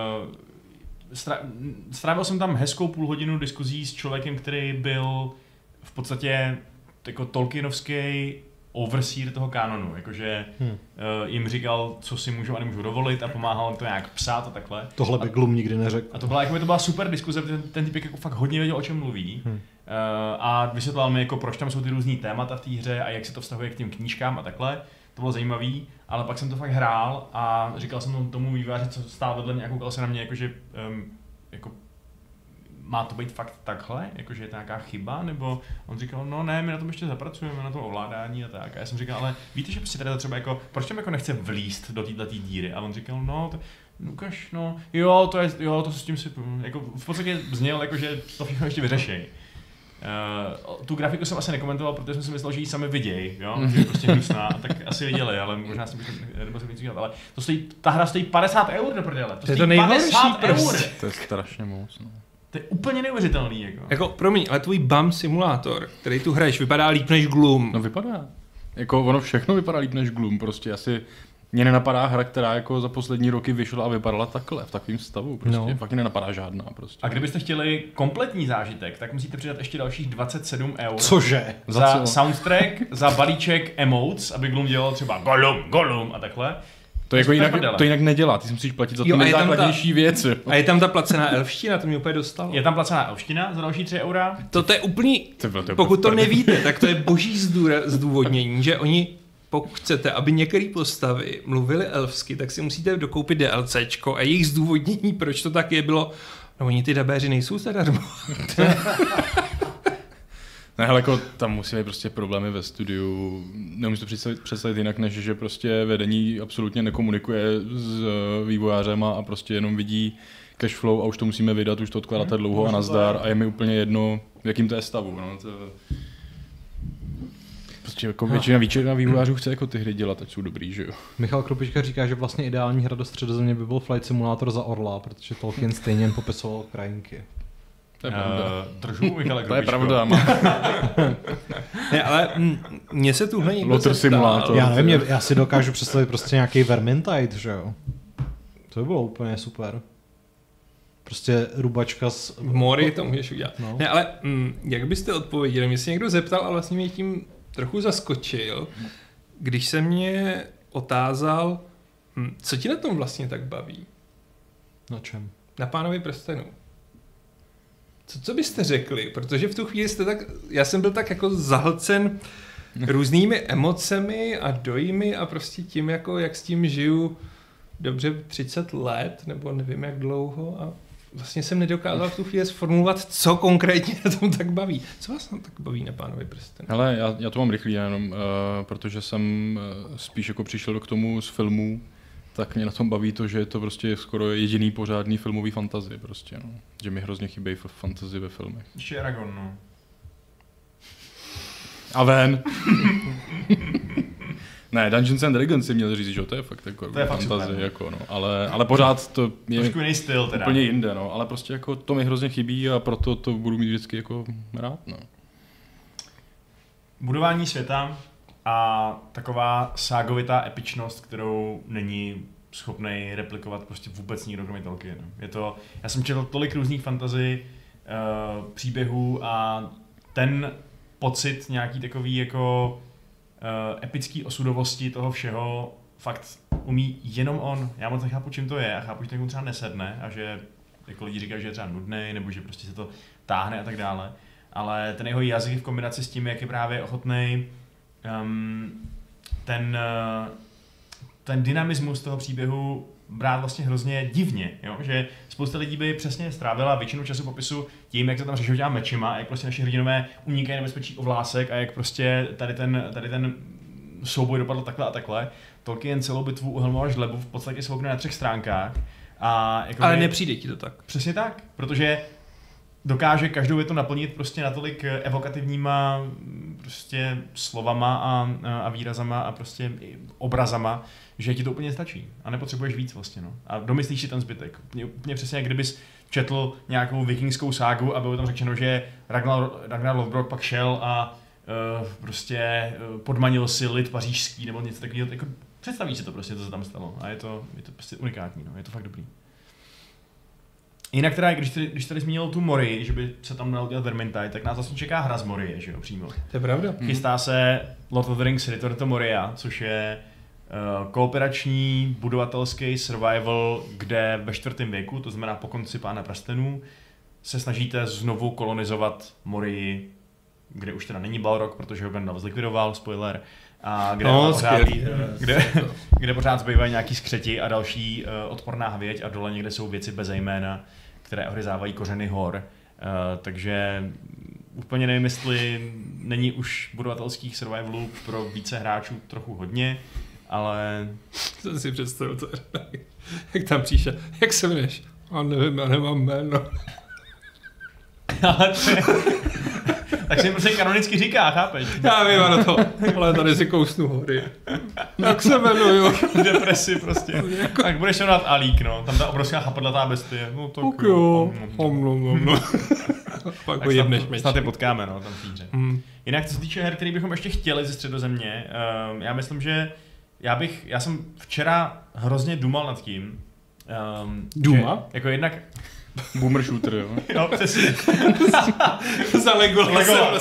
strávil jsem tam hezkou půl hodinu diskuzí s člověkem, který byl v podstatě jako Tolkienovský overseer toho kanonu, jakože jim říkal, co si můžou a nemůžou dovolit a pomáhal to nějak psát a takhle. Tohle by Glum nikdy neřekl. A to byla super diskuze, protože ten typek jako fakt hodně věděl, o čem mluví a vysvětlal mi, jako, proč tam jsou ty různý témata v té hře a jak se to vztahuje k těm knížkám a takhle. To bylo zajímavý, ale pak jsem to fakt hrál a říkal jsem tomu vývojáři, co stál vedle mě a koukal se na mě, jakože jako má to být fakt takhle, jakože je to nějaká chyba, nebo on říkal, no ne, my na tom ještě zapracujeme, na to ovládání a tak. A já jsem říkal, ale víte, že si tady třeba jako, proč tam jako nechce vlízt do této díry? A on říkal, no, ukaž, no, jo, to s tím si, jako v podstatě zněl, jakože to všechno ještě vyřeší. Tu grafiku jsem asi nekomentoval, protože jsem si myslel, že ji sami vidějí, jo, že je prostě hnusná, tak asi viděli, ale možná si nebo se nic dělat, ale ta hra stojí 50 € do prdele, to stojí 50 €. To je strašně moc, no. To je úplně neuvěřitelný, jako promiň, ale tvůj BAM simulátor, který tu hraješ, vypadá líp než Gloom. No vypadá. Jako ono všechno vypadá líp než Gloom, prostě asi Mně nenapadá hra, která jako za poslední roky vyšla a vypadala takhle, v takovém stavu. Prostě fakt mě nenapadá žádná. Prostě. A kdybyste chtěli kompletní zážitek, tak musíte přidat ještě dalších 27 €. Cože? Za soundtrack, za balíček emotes, aby Gloom dělal třeba Gollum a takhle. To jako to jinak nedělá, ty si musíš platit za ty nejzákladnější věci. A je tam ta placená elfština, to mě úplně dostalo. Je tam placená elfština za další 3 €. To je úplný, pokud to nevíte, tak to je boží zdůvodnění, že oni, pokud chcete, aby některé postavy mluvily elfsky, tak si musíte dokoupit DLCčko a jejich zdůvodnění, proč to tak je, bylo, no oni ty dabéři nejsou zadarmo. Ne, hele, jako tam musí být prostě problémy ve studiu. Nemůžu to představit jinak, než že prostě vedení absolutně nekomunikuje s vývojářem a prostě jenom vidí cash flow a už to musíme vydat, už to odkládáte dlouho a nazdar a je mi úplně jedno, v jakým to je stavu. No. Prostě jako většina vývojářů chce jako ty hry dělat, ať jsou dobrý, že jo. Michal Krupička říká, že vlastně ideální hra do Středozemě by byl Flight Simulátor za orla, protože Tolkien stejně jen popisoval krajinky. To je pravda. Držu, Michale Krupičko. To je pravda. Ne, ale mně se tuhle někdo Lotter Simulator. Já nevím, já si dokážu představit prostě nějaký Vermintide, že jo. To by bylo úplně super. Prostě rubačka s... V mori to můžeš udělat. No. Ne, ale jak byste odpověděli? Mě se někdo zeptal a vlastně mě tím trochu zaskočil, když se mě otázal, co ti na tom vlastně tak baví? Na čem? Na Pánovi prstenů. Co byste řekli? Protože v tu chvíli já jsem byl tak jako zahlcen různými emocemi a dojmy a prostě tím, jako jak s tím žiju dobře 30 let, nebo nevím jak dlouho a vlastně jsem nedokázal v tu chvíli sformulovat, co konkrétně na tom tak baví. Co vás tam tak baví na Pánovi prstenů? Hele, já to mám rychlý jenom, protože jsem spíš jako přišel k tomu z filmů, tak mě na tom baví to, že je to prostě skoro jediný pořádný filmový fantasy prostě, no. Že mi hrozně chybějí fantasy ve filmech. Ještě Eragon, no. A ven! Ne, Dungeons and Dragons si měl říct, že to je fakt jako to je fantasy, fakt jako, no. Ale pořád to je trošku jiný styl teda. Úplně jinde, no. Ale prostě jako to mi hrozně chybí a proto to budu mít vždycky jako rád, no. Budování světa a taková ságovitá epičnost, kterou není schopný replikovat prostě vůbec nikdo kromě Tolkiena. Já jsem četl tolik různých fantasy příběhů a ten pocit nějaký takový jako epický osudovosti toho všeho fakt umí jenom on. Já moc nechápu, čím to je a chápu, že to třeba nesedne a že jako lidi říkají, že je třeba nudnej nebo že prostě se to táhne a tak dále. Ale ten jeho jazyk v kombinaci s tím, jak je právě ochotnej ten dynamismus toho příběhu brát vlastně hrozně divně, jo? Že spousta lidí by přesně strávila většinu času popisu tím, jak se tam řešou těma mečima a jak prostě naši hrdinové unikají nebezpečí ovlásek a jak prostě tady ten souboj dopadl takhle a takhle. Tolkien celou bitvu uhelmoval žlebu, v podstatě svoukne na 3 stránkách. Ale nepřijde ti to tak. Přesně tak, protože dokáže každou větu naplnit prostě natolik evokativníma prostě slovama a výrazama a prostě obrazama, že ti to úplně stačí a nepotřebuješ víc vlastně, no. A domyslíš si ten zbytek. Úplně přesně, jak kdybys četl nějakou vikingskou ságu a bylo tam řečeno, že Ragnar Lothbrok pak šel a prostě podmanil si lid pařížský nebo něco takového, jako představíš si to prostě, co se tam stalo a je to prostě unikátní, no. Je to fakt dobrý. Jinak teda, když tady zmínil tu Morii, že by se tam dal dělat Vermintide, tak nás vlastně čeká hra z Morie, že jo, přímo. To je pravda. Chystá se Lord of the Rings Return to Moria, což je kooperační budovatelský survival, kde ve 4. věku, to znamená po konci Pána prstenů, se snažíte znovu kolonizovat Morii, kde už teda není Balrog, protože ho Gandalf zlikvidoval, spoiler, a kde pořád zbývají nějaký skřeti a další odporná hvěď a dole někde jsou věci bez jména, které ohryzávají kořeny hor. Takže úplně nevím, jestli není už budovatelských survivalů pro více hráčů trochu hodně, ale... Co si představil, to jak tam příště, jak se jmenuješ? A nevím, já nemám jméno. Tak se jim prostě kanonicky říká, chápeš? Já vím, ano to, ale tady si kousnu hory. Jak se jmenuju? Depresi prostě. Tak budeš jmenovat Alík, no. Tam ta obrovská chapadlatá bestie. No tak jo. Pak ho jedneš meč. Snad je potkáme, no, tam v té hře. Jinak, co se týče her, který bychom ještě chtěli ze Středozemě, já myslím, že Já jsem včera hrozně dumal nad tím, Duma? že jako jednak... Boomer shooter, jo. No, přesně. Za Legolas.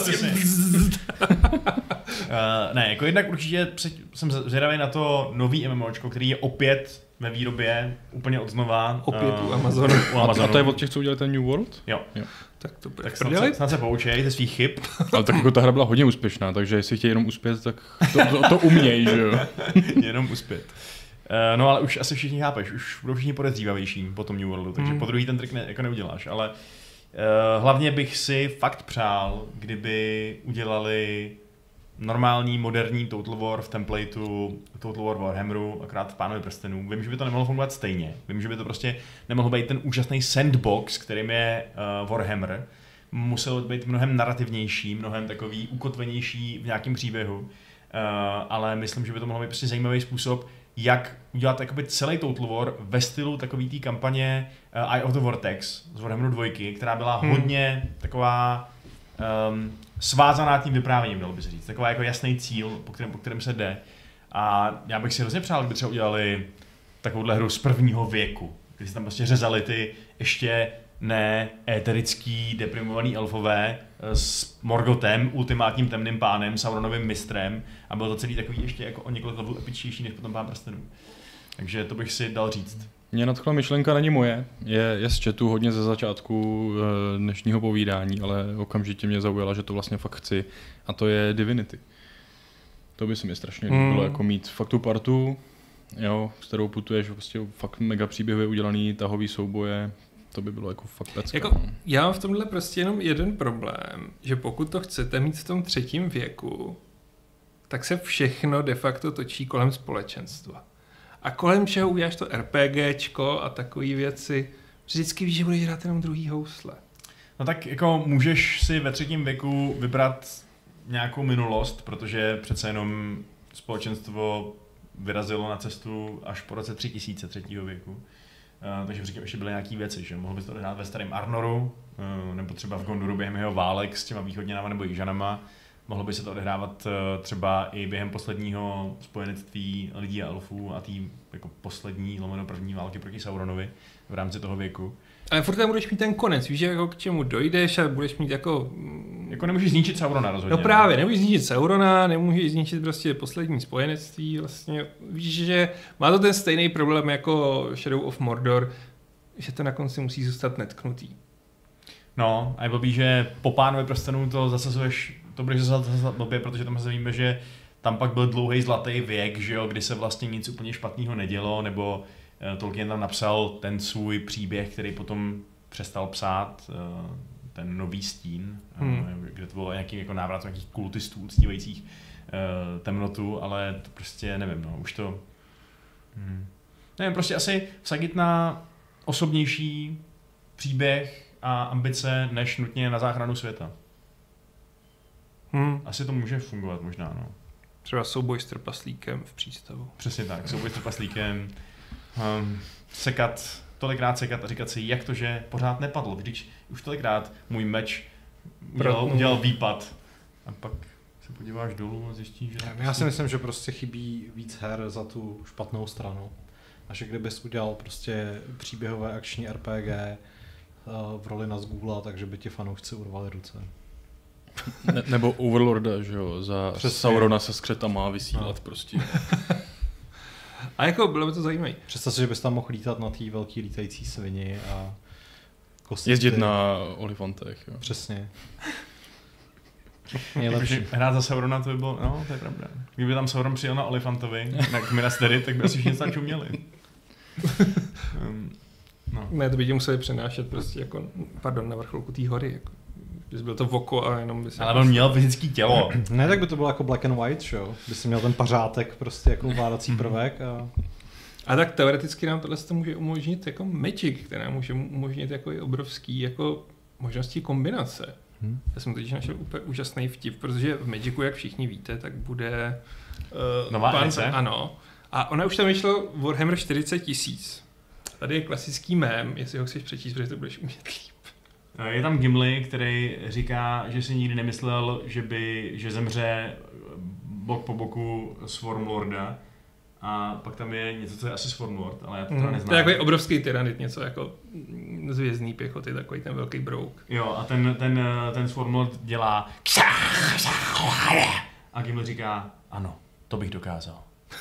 Ne, jako jednak určitě jsem zvědavý na to nový MMOčko, který je opět ve výrobě, úplně od znova. Opět u Amazonu. A to je od těch, co udělali ten New World? Jo. Tak to bude. Tak snad se poučej ze svých chyb. Ale tak jako ta hra byla hodně úspěšná, takže jestli chtějí jenom uspět, tak to umějí, že jo. Jenom uspět. No ale už asi všichni chápeš, už budou všichni podezřívavější po tom New Worldu, takže po druhý ten trik jako neuděláš, ale hlavně bych si fakt přál, kdyby udělali normální, moderní Total War v templateu Total War Warhammeru, akorát v Pánovi prstenů. Vím, že by to nemohlo fungovat stejně. Vím, že by to prostě nemohl být ten úžasný sandbox, kterým je Warhammer. Musel být mnohem narrativnější, mnohem takový ukotvenější v nějakém příběhu. Ale myslím, že by to mohlo být prostě zajímavý způsob, jak udělat jakoby celý Total War ve stylu takový té kampaně Eye of the Vortex z Warhammeru 2, která byla hodně taková svázaná tím vyprávěním, dalo by se říct. Taková jako jasný cíl, po kterém se jde. A já bych si hrozně přál, kdyby třeba udělali takovouhle hru z prvního věku, kdy si tam prostě řezali ty ještě ne éterický, deprimovaný elfové s Morgotem, ultimátním temným pánem, Sauronovým mistrem a bylo to celý takový ještě jako o několik levelů epičtější než potom Pán prstenů. Takže to bych si dal říct. Mě nadchla myšlenka, není moje, je z chatu hodně ze začátku dnešního povídání, ale okamžitě mě zaujala, že to vlastně fakt chci a to je Divinity. To by se mi strašně líbilo, jako mít fakt tu partu, jo, s kterou putuješ, prostě fakt mega příběhově udělaný tahový souboje. To by bylo jako fakt pecka. Jako, já mám v tomhle prostě jenom jeden problém, že pokud to chcete mít v tom 3. věku, tak se všechno de facto točí kolem společenstva. A kolem čeho uděláš to RPGčko a takové věci, vždycky víš, že budeš hrát jenom druhý housle. No tak jako můžeš si ve 3. věku vybrat nějakou minulost, protože přece jenom společenstvo vyrazilo na cestu až po roce 3000 3. věku. Takže předtím ještě byly nějaké věci, že mohl bys to odehrát ve starém Arnoru, nebo třeba v Gondoru během jeho válek s těma východněnama nebo Jižanama. Mohlo by se to odehrávat třeba i během posledního spojenectví lidí a elfů a tý jako poslední první války proti Sauronovi v rámci toho věku. Ale furt tam budeš mít ten konec, víš, jako k čemu dojdeš a budeš mít jako... Jako nemůžeš zničit Saurona rozhodně. No právě, nemůžeš zničit Saurona, nemůžeš zničit prostě poslední spojenectví, vlastně víš, že má to ten stejný problém jako Shadow of Mordor, že to na konci musí zůstat netknutý. No, a je blbý, že po Pánovi prstenů to zasazuješ, to budeš zasazovat blbě, protože tam se víme, že tam pak byl dlouhý zlatý věk, že jo, kdy se vlastně nic úplně špatného nedělo, nebo Tolkien tam napsal ten svůj příběh, který potom přestal psát, ten nový stín, kde to bylo nějaký jako návrat nějakých kultistů uctívajících temnotu, ale to prostě nevím, no, už to... Nevím, prostě asi vsadit na osobnější příběh a ambice, než nutně na záchranu světa. Asi to může fungovat možná, no. Třeba souboj s trpaslíkem v přístavu. Přesně tak, souboj s trpaslíkem. Tolikrát sekat a říkat si, jak to, že pořád nepadl, když už tolikrát můj meč udělal výpad. A pak se podíváš dolů a zjistíš, že... Já si myslím, že prostě chybí víc her za tu špatnou stranu. A že kdybys udělal prostě příběhové akční RPG v roli Nazgûla, takže by ti fanoušci urvali ruce. Nebo Overlorda, že jo, za přesně. Saurona se skřetama vysílat prostě. A jako bylo by to zajímavé. Představ si, že bys tam mohl lítat na té velký lítající svini a kostit. Jezdit na olifantech, jo. Přesně. Nejlepší. Hrát za Saurona to by bylo, no to je pravda. Kdyby tam Sauron přijel na olifantovi, na Minas Tirith, tak by asi všichni tam čuměli. No. Ne, to by tě museli přenášet prostě jako, na vrcholku té hory, jako. Bys byl to voko a jenom by se... Ale on měl fyzický tělo. Ne, tak by to bylo jako black and white, jo? By si měl ten pařátek prostě jako ovládací prvek a... A tak teoreticky nám tohle to může umožnit jako Magic, která může umožnit jako i obrovský jako možnosti kombinace. Já jsem totiž našel úplně úžasný vtip, protože v Magicu, jak všichni víte, tak bude... nová edice? Ano. A ona už tam vyšlo Warhammer 40 000. Tady je klasický mém, jestli ho chceš přečíst, protože to budeš umět líp. Je tam Gimli, který říká, že si nikdy nemyslel, že zemře bok po boku Swarmlorda a pak tam je něco, co je asi Swarmlord, ale já to teda neznám. To je takový obrovský tyranit, něco jako z Vězný pěchoty, takový ten velký brouk. Jo, a ten Swarmlord dělá a Gimli říká, ano, to bych dokázal.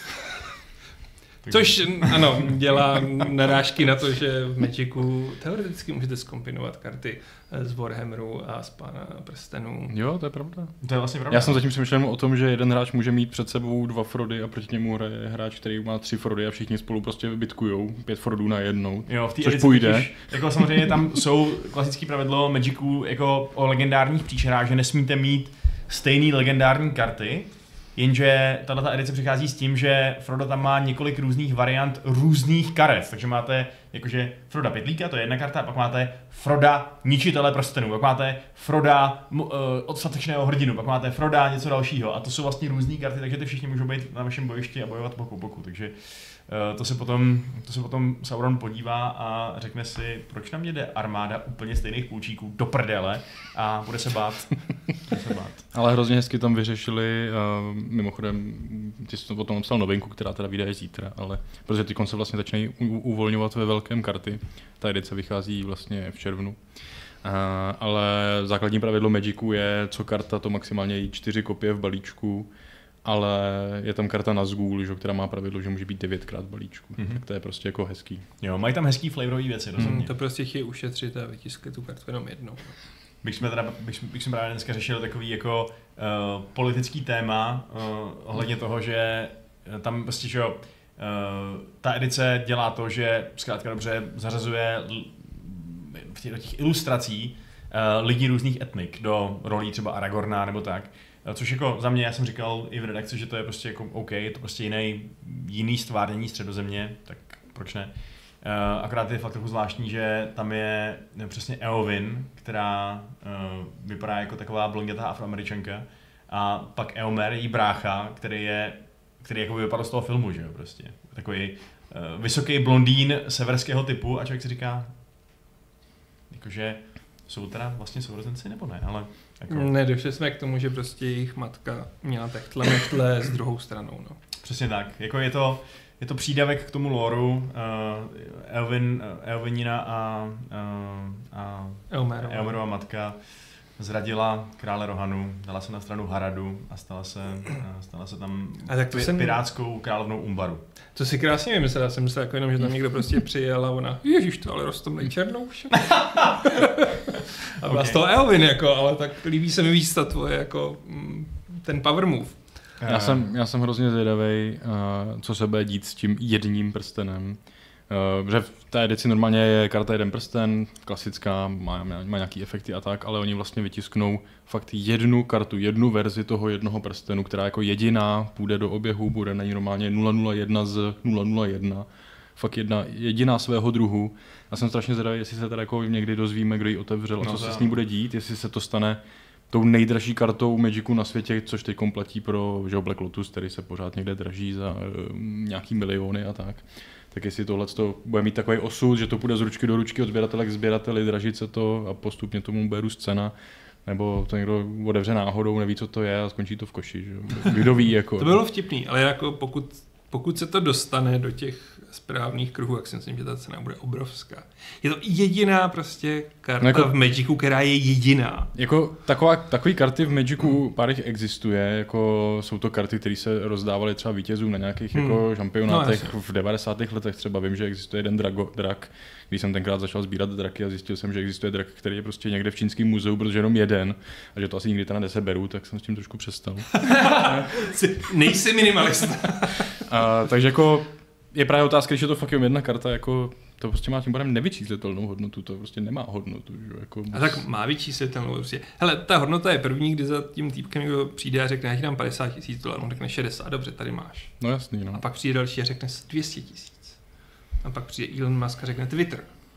Což, ano, dělá narážky na to, že v Magicu teoreticky můžete zkombinovat karty z Warhammeru a z Pána prstenů. Jo, to je pravda. To je vlastně pravda. Já jsem zatím přemýšlel o tom, že jeden hráč může mít před sebou 2 Frody a proti němu hraje hráč, který má 3 Frody a všichni spolu prostě bitkujou 5 Frodů na jednou. Jo, v té což půjde. Totiž, jako samozřejmě tam jsou klasické pravidlo Magicu jako o legendárních příšerách, že nesmíte mít stejný legendární karty. Jenže tato edice přichází s tím, že Frodo tam má několik různých variant různých karet, takže máte jakože Froda Pytlíka, to je jedna karta, a pak máte Froda Ničitele prstenů, pak máte Froda odstatečného hrdinu, pak máte Froda něco dalšího a to jsou vlastně různé karty, takže ty všichni můžou být na vašem bojišti a bojovat bok po boku, takže to se potom Sauron podívá a řekne si, proč na mě jde armáda úplně stejných půlčíků do prdele a bude se bát. Ale hrozně hezky tam vyřešili, mimochodem, ty jsi potom napsal novinku, která teda vyjde zítra, ale protože ty se vlastně začínají uvolňovat ve velkém karty, ta edice vychází vlastně v červnu. Ale základní pravidlo Magicu je, co karta, to maximálně 4 kopie v balíčku, ale je tam karta Nazgûl, že, která má pravidlo, že může být 9krát v balíčku. Tak to je prostě jako hezký. Jo, mají tam hezký flavorové věci, rozhodně. To prostě chtějí ušetřit a vytiskli tu kartu jenom jednou. Bych jsme právě dneska řešili takový jako politický téma ohledně toho, že tam prostě, že ta edice dělá to, že zkrátka dobře zařazuje do těch ilustrací lidí různých etnik do rolí třeba Aragorna nebo tak. Což jako za mě, já jsem říkal i v redakci, že to je prostě jako OK, je to prostě jiný stvárnění Středozemě, tak proč ne? Akorát je fakt trochu zvláštní, že tam je přesně Eowyn, která vypadá jako taková blondětá Afroameričanka, a pak Eomer, její brácha, který jako vypadal z toho filmu, že jo, prostě. Takový vysoký blondýn severského typu a člověk si říká, jakože jsou teda vlastně sourozenci nebo ne, ale jako... Nedošli jsme k tomu, že prostě jejich matka měla techtle s druhou stranou, no. Přesně tak, jako je to přídavek k tomu lóru, Eowynina a Eomerova matka zradila krále Rohanu, dala se na stranu Haradu a stala se tam pirátskou královnou Umbaru. To si krásně vymyslel, já jsem myslel jako jenom, že tam někdo prostě přijel a ona, ježiš, to ale roztomlej černouš. A byla z toho Eowyn, jako, ale tak líbí se mi víc ta tvoje, jako ten power move. Já jsem hrozně zvědavej, co se bude dít s tím jedním prstenem. Že v té edici normálně je karta jeden prsten, klasická, má nějaký efekty a tak, ale oni vlastně vytisknou fakt jednu kartu, jednu verzi toho jednoho prstenu, která jako jediná půjde do oběhu, bude na ní normálně 001 z 001. Fakt jediná svého druhu. Já jsem strašně zvědavý, jestli se teda jako někdy dozvíme, kdo ji otevřel a co se s ní bude dít, jestli se to stane tou nejdražší kartou Magicu na světě, což teď platí pro Black Lotus, který se pořád někde draží za nějaký miliony a tak. Tak jestli tohle bude mít takový osud, že to půjde z ručky do ručky od sběratele k sběrateli, dražit se to a postupně tomu bude růst cena, nebo to někdo otevře náhodou, neví, co to je a skončí to v koši. Že? Kdo ví, jako. To bylo vtipný, ale jako pokud se to dostane do těch správných kruhů, jak si myslím, že ta cena bude obrovská. Je to jediná prostě karta jako, v Magicu, která je jediná. Jako takový karty v Magicu pár jich existuje, jako jsou to karty, které se rozdávaly třeba vítězům na nějakých jako šampionátech v 90. letech. Třeba vím, že existuje jeden drak, když jsem tenkrát začal sbírat draky a zjistil jsem, že existuje drak, který je prostě někde v čínském muzeu, protože jenom jeden a že to asi nikdy teda neseberu, tak jsem s tím trošku přestal. Nejsi minimalista. Takže jako je právě otázka, když je to fakt jen jedna karta, jako to prostě má tím pádem nevyčíslitelnou hodnotu, to prostě nemá hodnotu. Že? Jako a tak má vyčíslitelnou prostě. Hele, ta hodnota je první, kdy za tím týpkem někdo přijde a řekne, já ti dám $50,000, on řekne 60, dobře, tady máš. No jasný, no. A pak přijde další a řekne 200,000. A pak přijde Elon Musk a řekne Twitter.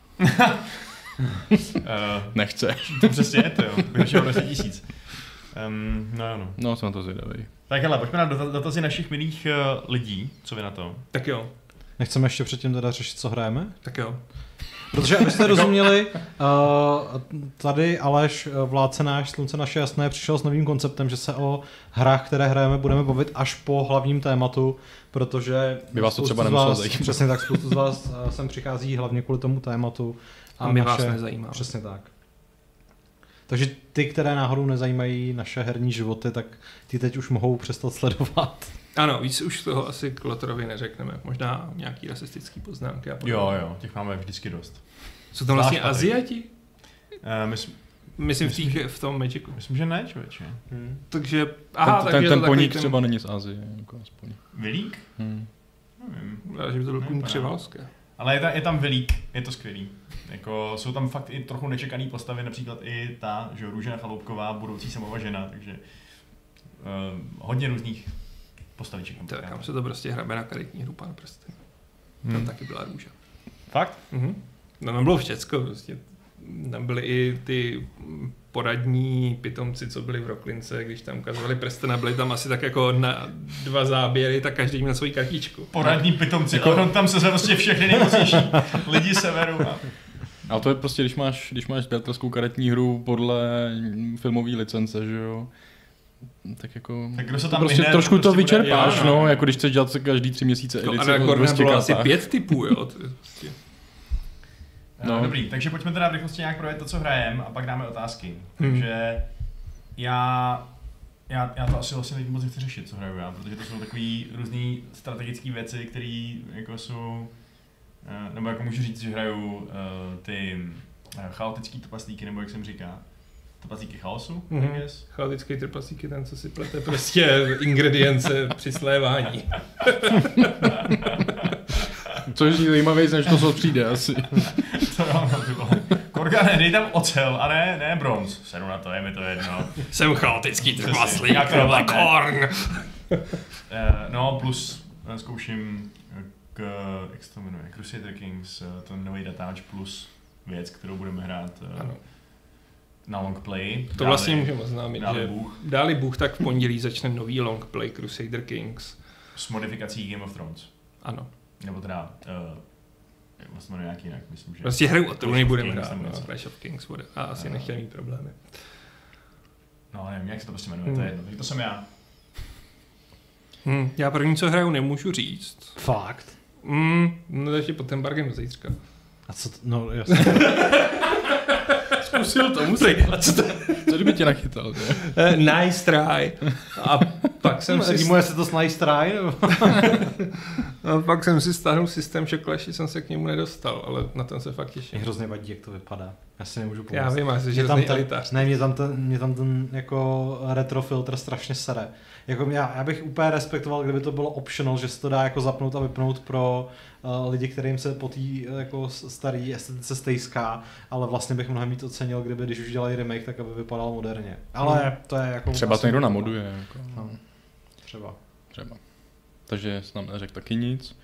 Nechce. To přesně je to, jo. Vyšel 10,000. No, jsem na to zvědavej. Tak hele, pojďme na dotazy našich milých lidí, co vy na to? Tak jo. Nechceme ještě předtím teda řešit, co hrajeme? Tak jo. Protože abyste rozuměli, tady Aleš, vládce náš, slunce naše jasné, přišel s novým konceptem, že se o hrách, které hrajeme, budeme bavit až po hlavním tématu, protože by vás to třeba nemuselo zajímat. Přesně tak, spoustu z vás sem přichází hlavně kvůli tomu tématu. A my vás nezajímá. Přesně tak. Takže ty, které náhodou nezajímají naše herní životy, tak ty teď už mohou přestat sledovat. Ano, víc už toho asi k Lotterovi neřekneme. Možná nějaký rasistický poznámky. A jo, těch máme vždycky dost. Jsou tam vlastně Aziati? Myslím v tom Magicu. Myslím, že ne, člověče. Takže, ten poník třeba není z Azie, jako aspoň. Vilík? Nevím. Já, že by to bylo takový křivalské. Ale je tam Vilík, je to skvělý. Jako, jsou tam fakt i trochu nečekaný postavy, například i ta, že Růžena Chaloupková, budoucí samová žena, takže hodně různých postaviček. Tam se to prostě hrabe na karetní hru, Pán prsten. Tam taky byla růža. Fakt? No tam bylo všecko, prostě. Tam byly i ty poradní pitomci, co byli v Roklince, když tam ukazovali prstena, byli tam asi tak jako na 2 záběry, tak každý měl svoji kartičku. Poradní pitomci, jako tam se prostě všechny nejmocnější lidi severu. Ale to je prostě, když máš pětelskou karetní hru podle filmové licence, že jo, tak jako tak kdo se tam prostě vyhne, trošku to prostě vyčerpáš, no, jako když chceš dělat se každý 3 měsíce edice. A na bylo asi 5 typů, jo. No. Dobrý, takže pojďme teda v rychlosti nějak projet to, co hrajeme, a pak dáme otázky. Takže já to asi vlastně moc nechci řešit, co hraju já, protože to jsou takový různý strategické věci, které jako jsou, nebo jako můžu říct, že hraju ty chaotický trpaslíky, nebo jak jsem říká, trpaslíky chaosu, Chaotický trpaslík je ten, co si plete prostě ingredience při slévání. Což je zajímavější, než to, co přijde asi. Korgane, dej tam ocel a ne bronz. Sedu na to, je mi to jedno. Jsem chaotický trpaslík, korn. No, plus zkouším jak se to jmenuje, Crusader Kings, ten nový datáč plus věc, kterou budeme hrát na longplay. To vlastně můžeme oznámit, že dáli Bůh, tak v pondělí začne nový longplay Crusader Kings. S modifikací Game of Thrones. Ano. Nebo teda, vlastně nějak jinak, myslím, že... Prostě hru o trůny budeme hrát, Clash of Kings bude. A asi nechtěl mít problémy. No, nevím, jak se to prostě jmenuje, to je jedno. Takže to jsem já. Já první, co hraju, nemůžu říct. Fakt? No takže pod embargem do zítřka. A co to, no jasně. Zkusil to, musí. A co to? Co kdyby tě nachytal, Nice try. A pak jsem si... Římuje se to s nice try, nebo? A pak jsem si stáhnul systém, že Clashi jsem se k němu nedostal, ale na ten se fakt těším. Mě hrozně vadí, jak to vypadá. Já si nemůžu pomoct. Já vím, že hrozný elitář. Ne, mě tam ten jako retro filtr strašně sere. Jako já bych úplně respektoval, kdyby to bylo optional, že se to dá jako zapnout a vypnout pro lidi, kterým se po té jako starý estetice stejská, ale vlastně bych mnohem víc ocenil, kdyby když už dělají remake, tak aby vypadal moderně. Ale to je jako... Třeba to někdo namoduje. Jako. No. Třeba. Takže jsi nám neřekl taky nic.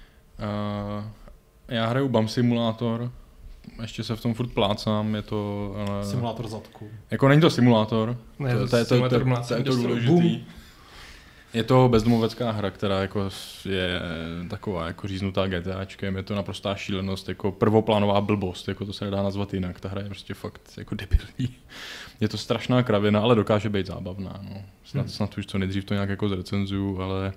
Já hraju BAM Simulator, ještě se v tom furt plácám, je to... Simulátor zadku. Jako není to simulátor, ne, to je to důležitý. Je to bezdomovecká hra, která jako je taková jako říznutá GTAčkem, je to naprostá šílenost, jako prvoplánová blbost, jako to se nedá nazvat jinak, ta hra je prostě fakt jako debilní. Je to strašná kravina, ale dokáže být zábavná, no. Snad už co nejdřív to nějak jako zrecenzuju, ale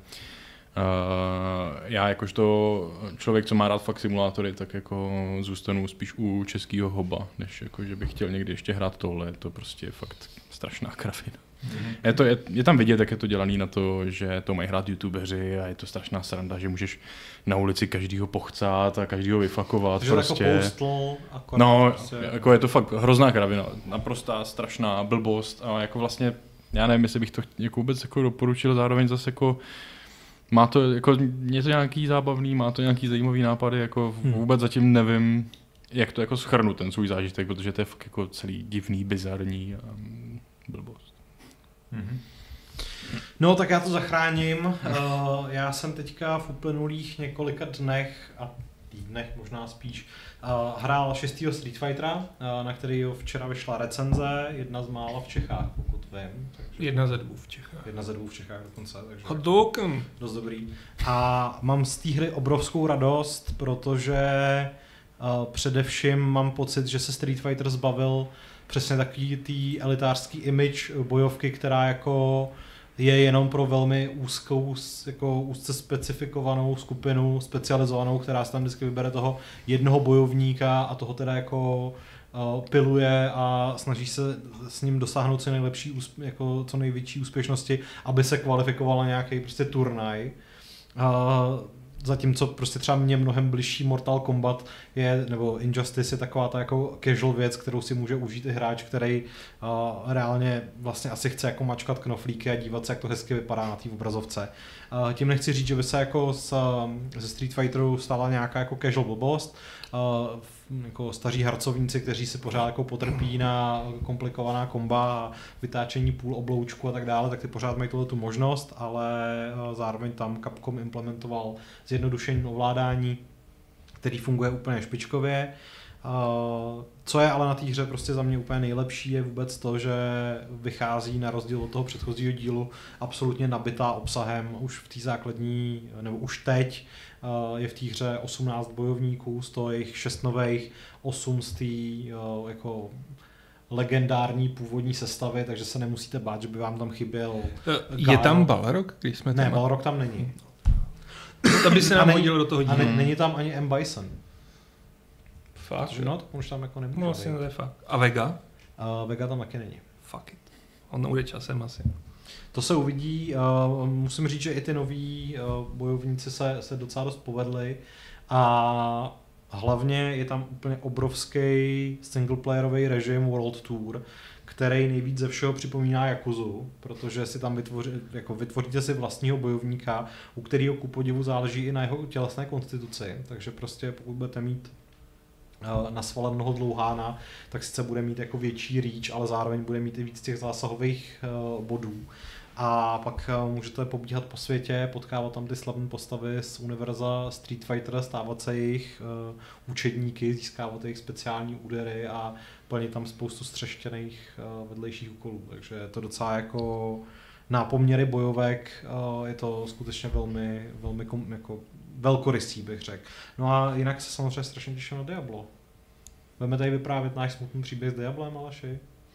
já jakožto člověk, co má rád fakt simulátory, tak jako zůstanu spíš u českého hoba, než jako, že bych chtěl někdy ještě hrát tohle, je to prostě fakt strašná kravina. Je tam vidět, jak je to dělaný na to, že to mají hrát youtubeři a je to strašná sranda, že můžeš na ulici každýho pochcát a každýho vyfakovat. Takže prostě. Jako postl, no, prostě. Jako je to fakt hrozná kravina, naprostá strašná blbost a jako vlastně, já nevím, jestli bych to jako vůbec jako doporučil, zároveň zase jako má to jako něco nějaký zábavný, má to nějaký zajímavý nápady, jako vůbec zatím nevím, jak to jako shrnu ten svůj zážitek, protože to je fakt jako celý divný, bizarní a blbost. No tak já to zachráním. Já jsem teďka v uplynulých několika dnech a týdnech možná spíš. Hrál 6. Street Fightera, na který včera vyšla recenze, jedna z mála v Čechách, pokud vím. Takže... Jedna ze dvou v Čechách. Jedna ze dvou v Čechách dokonce, takže Hadouken. dost dobrý. A mám z té hry obrovskou radost, protože především mám pocit, že se Street Fighter zbavil přesně takový tý elitářský image bojovky, která jako je jenom pro velmi úzkou, jako úzce specifikovanou skupinu, specializovanou, která se tam vždycky vybere toho jednoho bojovníka a toho teda jako piluje a snaží se s ním dosáhnout co nejlepší, jako co největší úspěšnosti, aby se kvalifikoval na nějaký prostě turnaj. Zatímco prostě třeba mě mnohem bližší Mortal Kombat je, nebo Injustice je taková ta jako casual věc, kterou si může užít i hráč, který reálně vlastně asi chce jako mačkat knoflíky a dívat se, jak to hezky vypadá na té obrazovce. Tím nechci říct, že by se jako ze Street Fighteru stala nějaká jako casual blbost. Jako staří harcovníci, kteří si pořád jako potrpí na komplikovaná komba a vytáčení půl obloučku a tak dále, tak ty pořád mají tu možnost, ale zároveň tam Capcom implementoval zjednodušení ovládání, který funguje úplně špičkově. Co je ale na té hře prostě za mě úplně nejlepší, je vůbec to, že vychází na rozdíl od toho předchozího dílu absolutně nabitá obsahem. Už v té základní, nebo už teď je v té hře 18 bojovníků, z toho jejich 6 nových, 8 z té jako legendární původní sestavy, takže se nemusíte bát, že by vám tam chyběl Je tam Balrog, když jsme tam? Ne, Balrog tam není. To by se nám hodilo do toho dílu. A není tam ani M. Bison. Fakt? Protože no, to už tam jako nemůže. No, asi to je fakt. A Vega? Vega tam taky není. Fuck it. On neude časem asi. To se uvidí. Musím říct, že i ty noví bojovníci se docela dost povedli a hlavně je tam úplně obrovský singleplayerový režim World Tour, který nejvíc ze všeho připomíná Yakuzu, protože si tam vytvoříte si vlastního bojovníka, u kterého ku podivu záleží i na jeho tělesné konstituci, takže prostě pokud budete mít na svale mnoho dlouhána, tak sice bude mít jako větší reach, ale zároveň bude mít i víc těch zásahových bodů. A pak můžete pobíhat po světě, potkávat tam ty slavné postavy z univerza Street Fighter, stávat se jejich učedníky, získávat jejich speciální údery a plnit tam spoustu střeštěných vedlejších úkolů. Takže je to docela jako na poměry bojovek, je to skutečně velmi jako velkorysý, bych řekl. No a jinak se samozřejmě strašně těším na Diablo. Budeme tady vyprávět náš smutný příběh s Diablem, Aleši?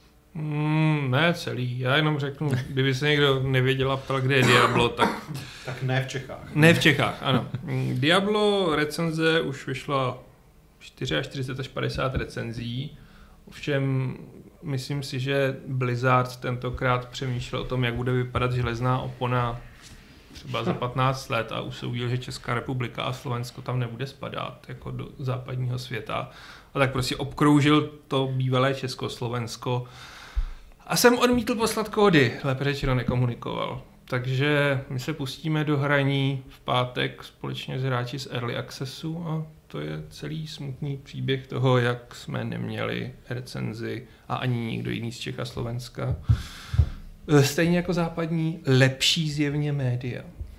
Ne celý, já jenom řeknu, kdyby se někdo nevěděl a ptal, kde je Diablo, tak... Tak ne v Čechách. Ne v Čechách, ano. Diablo recenze už vyšla 44 až 50 recenzí, ovšem myslím si, že Blizzard tentokrát přemýšlel o tom, jak bude vypadat železná opona třeba za 15 let a usoudil, že Česká republika a Slovensko tam nebude spadat jako do západního světa. A tak prostě obkroužil to bývalé Československo a jsem odmítl poslat kódy, lépe řečeno nekomunikoval. Takže my se pustíme do hraní v pátek společně s hráči z Early Accessu a to je celý smutný příběh toho, jak jsme neměli recenzi a ani nikdo jiný z Čech a Slovenska. Stejně jako západní, lepší zjevně média.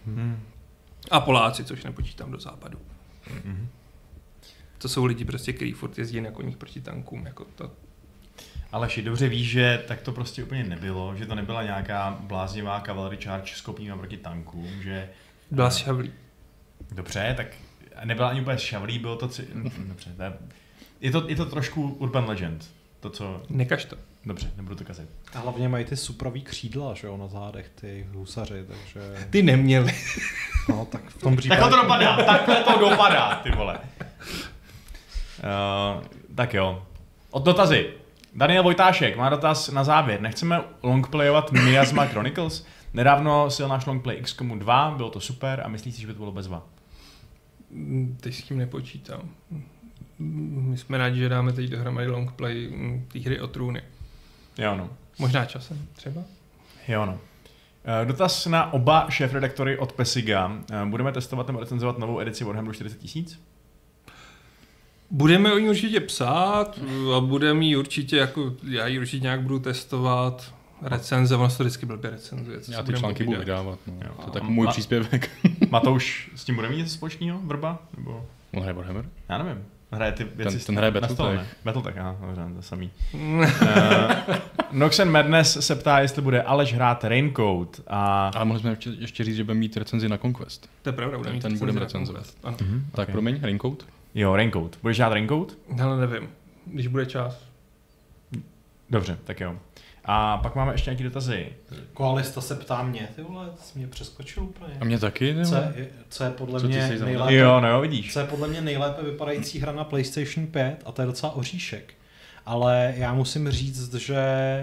A Poláci, což nepočítám do západu. To jsou lidi prostě, kteří furt jezdí na koních proti tankům. Jako to. Aleši, dobře víš, že tak to prostě úplně nebylo, že to nebyla nějaká bláznivá cavalry charge s kopníma proti tankům, že... Byla z šavlí. Dobře, tak nebyla ani úplně z šavlí, bylo to... Dobře, je to trošku urban legend, to co... Nekaž to. Dobře, nebudu to kazit. A hlavně mají ty suprový křídla, že jo, na zádech, ty husaři, takže... Ty neměli. No, tak v tom případě... Takhle to dopadá, ty vole. Tak jo. Od dotazy. Daniel Vojtášek má dotaz na závěr. Nechceme longplayovat Miasma Chronicles? Nedávno sil náš longplay XCOMu 2, bylo to super a myslíš si, že by to bylo bezva? Teď s tím nepočítám. My jsme rádi, že dáme teď dohromady longplay té hry o trůny. Jo no. Možná časem třeba? Jo no. Dotaz na oba šéfredaktory od Pesiga. Budeme testovat nebo recenzovat novou edici Warhammeru 40 000? Budeme o ní určitě psát a budeme ji určitě, jako já ji určitě nějak budu testovat. Recenze, ono se to vždycky blbě recenzuje. Já ty články budu vydávat, no. Jo. To je tak můj příspěvek. Matouš s tím bude mít něco společného, Vrba? Nebo... On hraje Warhammer? Já nevím. Hraje ty věci... Ten hraje na stole, Battletech. ne? Battletech, aha, dobře, to samý. Nox and Madness se ptá, jestli bude Aleš hrát Raincoat. Ale mohli jsme ještě říct, že budeme mít recenzi na Conquest. To je pravda, budeme mít Ten budeme recenzovat. Ano. Tak okay. promiň, Raincoat? Jo, Raincoat. Budeš hrát Raincoat? Ale nevím, když bude čas. Dobře, tak jo. A pak máme ještě nějaký dotazy. Koalista se ptá mě, ty vole, jsi mě přeskočil úplně. A mě taky, nebo? Co je podle Co ty mě jsi za- nejlépe, Jo, no jo, vidíš. co je podle mě nejlépe vypadající hra na PlayStation 5 a to je docela oříšek. Ale já musím říct, že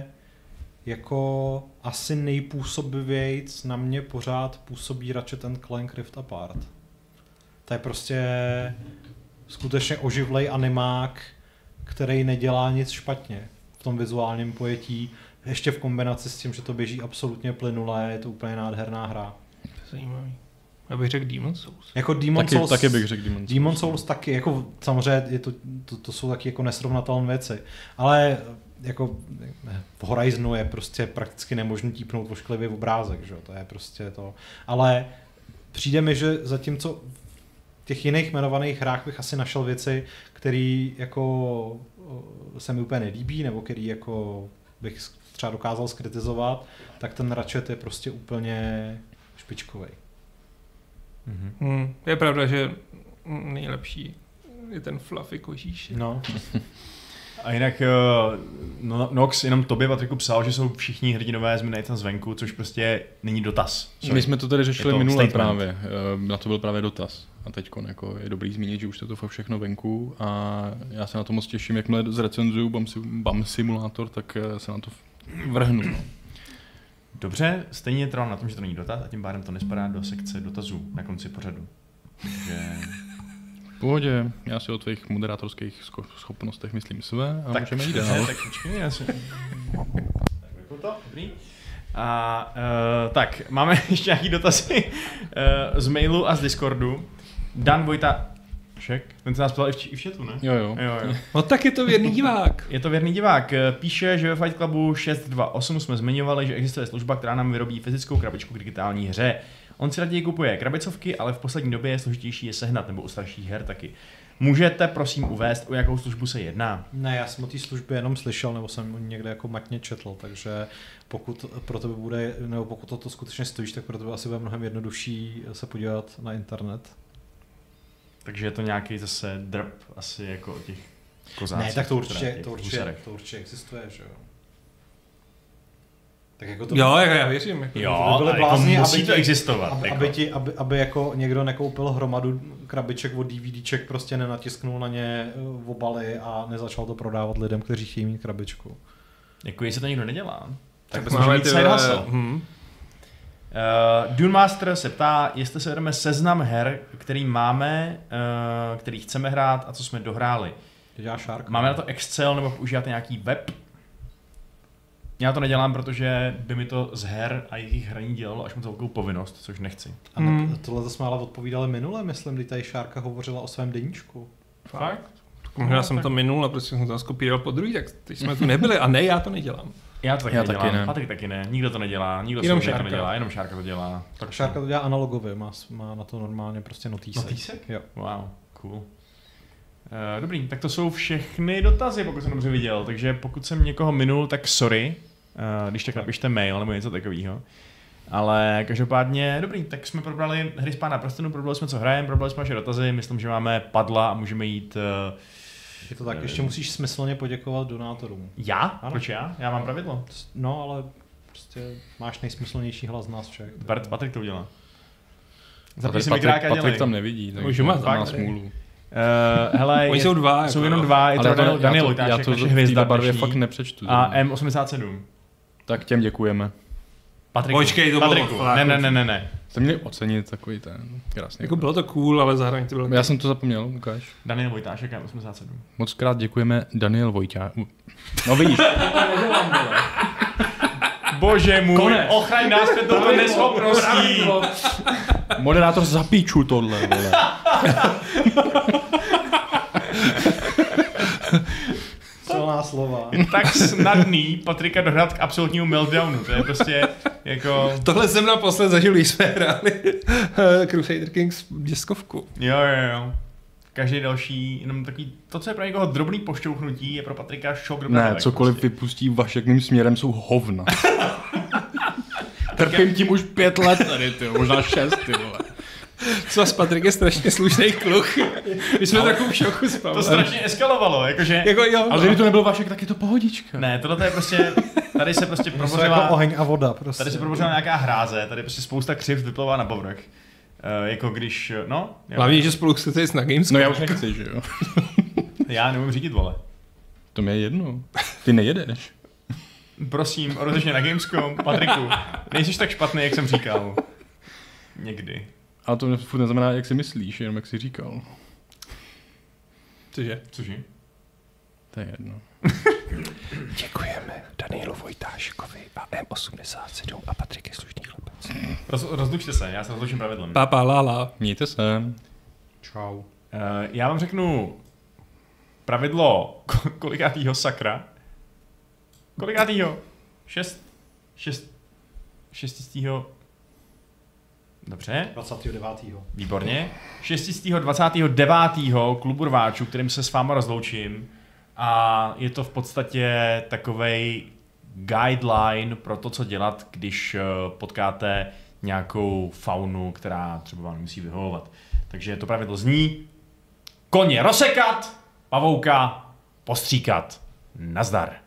jako asi nejpůsobivějc na mě pořád působí Ratchet & Clank Rift Apart. To je prostě skutečně oživlej animák, který nedělá nic špatně v tom vizuálním pojetí. Ještě v kombinaci s tím, že to běží absolutně plynule, je to úplně nádherná hra. Zajímavý. Já bych řekl Demon's Souls. Jako Demon's Souls, Taky bych řekl Demon's Souls. Demon's Souls taky, jako samozřejmě je to jsou taky jako nesrovnatelné věci, ale jako v Horizonu je prostě prakticky nemožný típnout ošklivý obrázek, že? To je prostě to. Ale přijde mi, že zatímco v těch jiných jmenovaných hrách bych asi našel věci, které jako se mi úplně nelíbí, nebo který jako bych třeba dokázal skritizovat, tak ten Ratchet je prostě úplně špičkovej. Je pravda, že nejlepší je ten fluffy kožíšek. No. A jinak Nox jenom tobě, Patriku, psal, že jsou všichni hrdinové z Midnighta zvenku, což prostě není dotaz. My jsme to tady řešili minule statement. právě. Na to byl právě dotaz. A teď jako je dobrý zmínit, že už je to fakt všechno venku a já se na to moc těším, jakmile zrecenzuju BAM Simulator, tak se na to vrhnu. No. Dobře, stejně trvám na tom, že to není dotaz a tím pádem to nespadá do sekce dotazů na konci pořadu. Takže... V pohodě, já si o tvých moderátorských schopnostech myslím své a můžeme jít dál. Tak počkej, já si... Tak vypnu to, dobrý. A tak, máme ještě nějaký dotazy z mailu a z Discordu. Dan Vojta... Ten se nás ptal i v chatu, ne? Jo. No tak je to věrný divák. Je to věrný divák. Píše, že ve Fight Clubu 628 jsme zmiňovali, že existuje služba, která nám vyrobí fyzickou krabičku k digitální hře. On si raději kupuje krabicovky, ale v poslední době je složitější je sehnat, nebo u starších her taky. Můžete prosím uvést, o jakou službu se jedná? Ne, já jsem o té službě jenom slyšel, nebo jsem o ní někde jako matně četl, takže pokud pro tebe bude, nebo pokud to skutečně stojíš, tak pro tebe asi bude mnohem jednodušší se podívat na internet. Takže je to nějaký zase drb, asi jako o těch kozácích. Ne, tak to určitě existuje, že jo. Tak jako to... Jo, já věřím. Jako Jo, byli ale blázni, jako musí aby to ti- existovat. Aby jako někdo nekoupil hromadu krabiček od DVDček, prostě nenatisknul na ně obaly a nezačal to prodávat lidem, kteří chtějí mít krabičku. Jako jestli to nikdo nedělá, tak bys máme může mít ty side vole- hustle. Dune Master se ptá, jestli se vedeme seznam her, který máme, který chceme hrát a co jsme dohráli. Dělá Shark. Máme na to Excel nebo používáte nějaký web? Já to nedělám, protože by mi to z her a jejich hraní dělalo až moc velkou povinnost, což nechci. A tohle to jsme ale odpovídali minule, myslím, kdy tady Šárka hovořila o svém deníčku. Fakt? Možná jsem to minul a prostě jsem to skopíroval po druhý, tak teď jsme tu nebyli a ne, já to nedělám. Já to taky Já nedělám, taky ne. Patrik taky ne, nikdo to nedělá, nikdo Jenom to Šárka. nedělá, jenom Šárka to dělá. Tak Šárka to dělá analogově, má na to normálně prostě notýsek. Notýsek? Jo. Wow, cool. Dobrý, tak to jsou všechny dotazy, pokud jsem dobře viděl, takže pokud jsem někoho minul, tak sorry, když tak napište mail nebo něco takového. Ale každopádně, dobrý, tak jsme probrali hry z Pána prstenů, probrali jsme, co hrajeme, probrali jsme naše dotazy, myslím, že máme padla a můžeme jít... Je to tak, ještě musíš smyslně poděkovat donátorům. Já? Ano. Proč já? Já mám pravidlo. No, ale prostě máš nejsmyslnější hlas z nás všech. Patrik to udělá. Patrik tam nevidí, Už takže má má tady. smůlu. Hele, Oni jsou dva. jsou jako, jenom dva, je to Daniel já Vojtáček, to naše v hvězda té barvě dnešní, fakt nepřečtu. a M87. Tak těm děkujeme. Patriku, Počkej, to bylo Patriku, fakt. ne. Jste měli ocenit takový ten krásný. Jako bylo to cool, ale zároveň to bylo... Já jsem to zapomněl, ukáž. Daniel Vojtášek M87. Moc krát děkujeme Daniel Vojťák. No vidíš. Bože můj, ochraň nás před touto neschopností. Moderátor zapíču tohle, vole. Silná slova. Je tak snadný Patrika dohrát k absolutnímu meltdownu, to je prostě jako... Tohle jsem naposled zažil, když jsme hráli Crusader Kings deskovku. Jo. každý další, jenom takový, to, co je pro někoho drobný pošťouchnutí, je pro Patrika šok do Ne, cokoliv prostě. vypustí Vašek mým směrem, jsou hovna. Trpím tím už 5 let tady, ty, možná 6, ty vole. Co Patrik je strašně slušný kluk. My jsme takovou v šoku s To Pavlem. strašně eskalovalo, jakože... Jako jo, Ale kdyby to nebyl Vašek, tak je to pohodička. Ne, tohle je prostě, tady se prostě To probořila, jako oheň a voda prostě. tady se probořila nějaká hráze, tady prostě spousta křivt vyplouvá na povrch. Jako když, no... Hlavně, že spolu chcete jít na Gamescom. No já už nechci, že jo. Já neumím řídit, vole. To mi je jedno. Ty nejedeš. Prosím, rozež mě na Gamescom. Patriku, nejsiš tak špatný, jak jsem říkal. Někdy. Ale to furt neznamená, jak si myslíš, jenom jak jsi říkal. Cože? Cože? To je jedno. Děkujeme Danielu Vojtáškovi a M87 a Patrik je slušný chlapec. Rozlučte se, já se rozlučím pravidlem. Papa lala. Mějte se. Čau. Já vám řeknu pravidlo kolikátýho sakra. Kolikátýho? 6. Dobře, 29. výborně. 629. klubu rváčů, kterým se s váma rozloučím. A je to v podstatě takovej guideline pro to, co dělat, když potkáte nějakou faunu, která třeba vám nemusí vyhovovat. Takže to pravidlo zní: koně rozsekat, pavouka postříkat. Nazdar.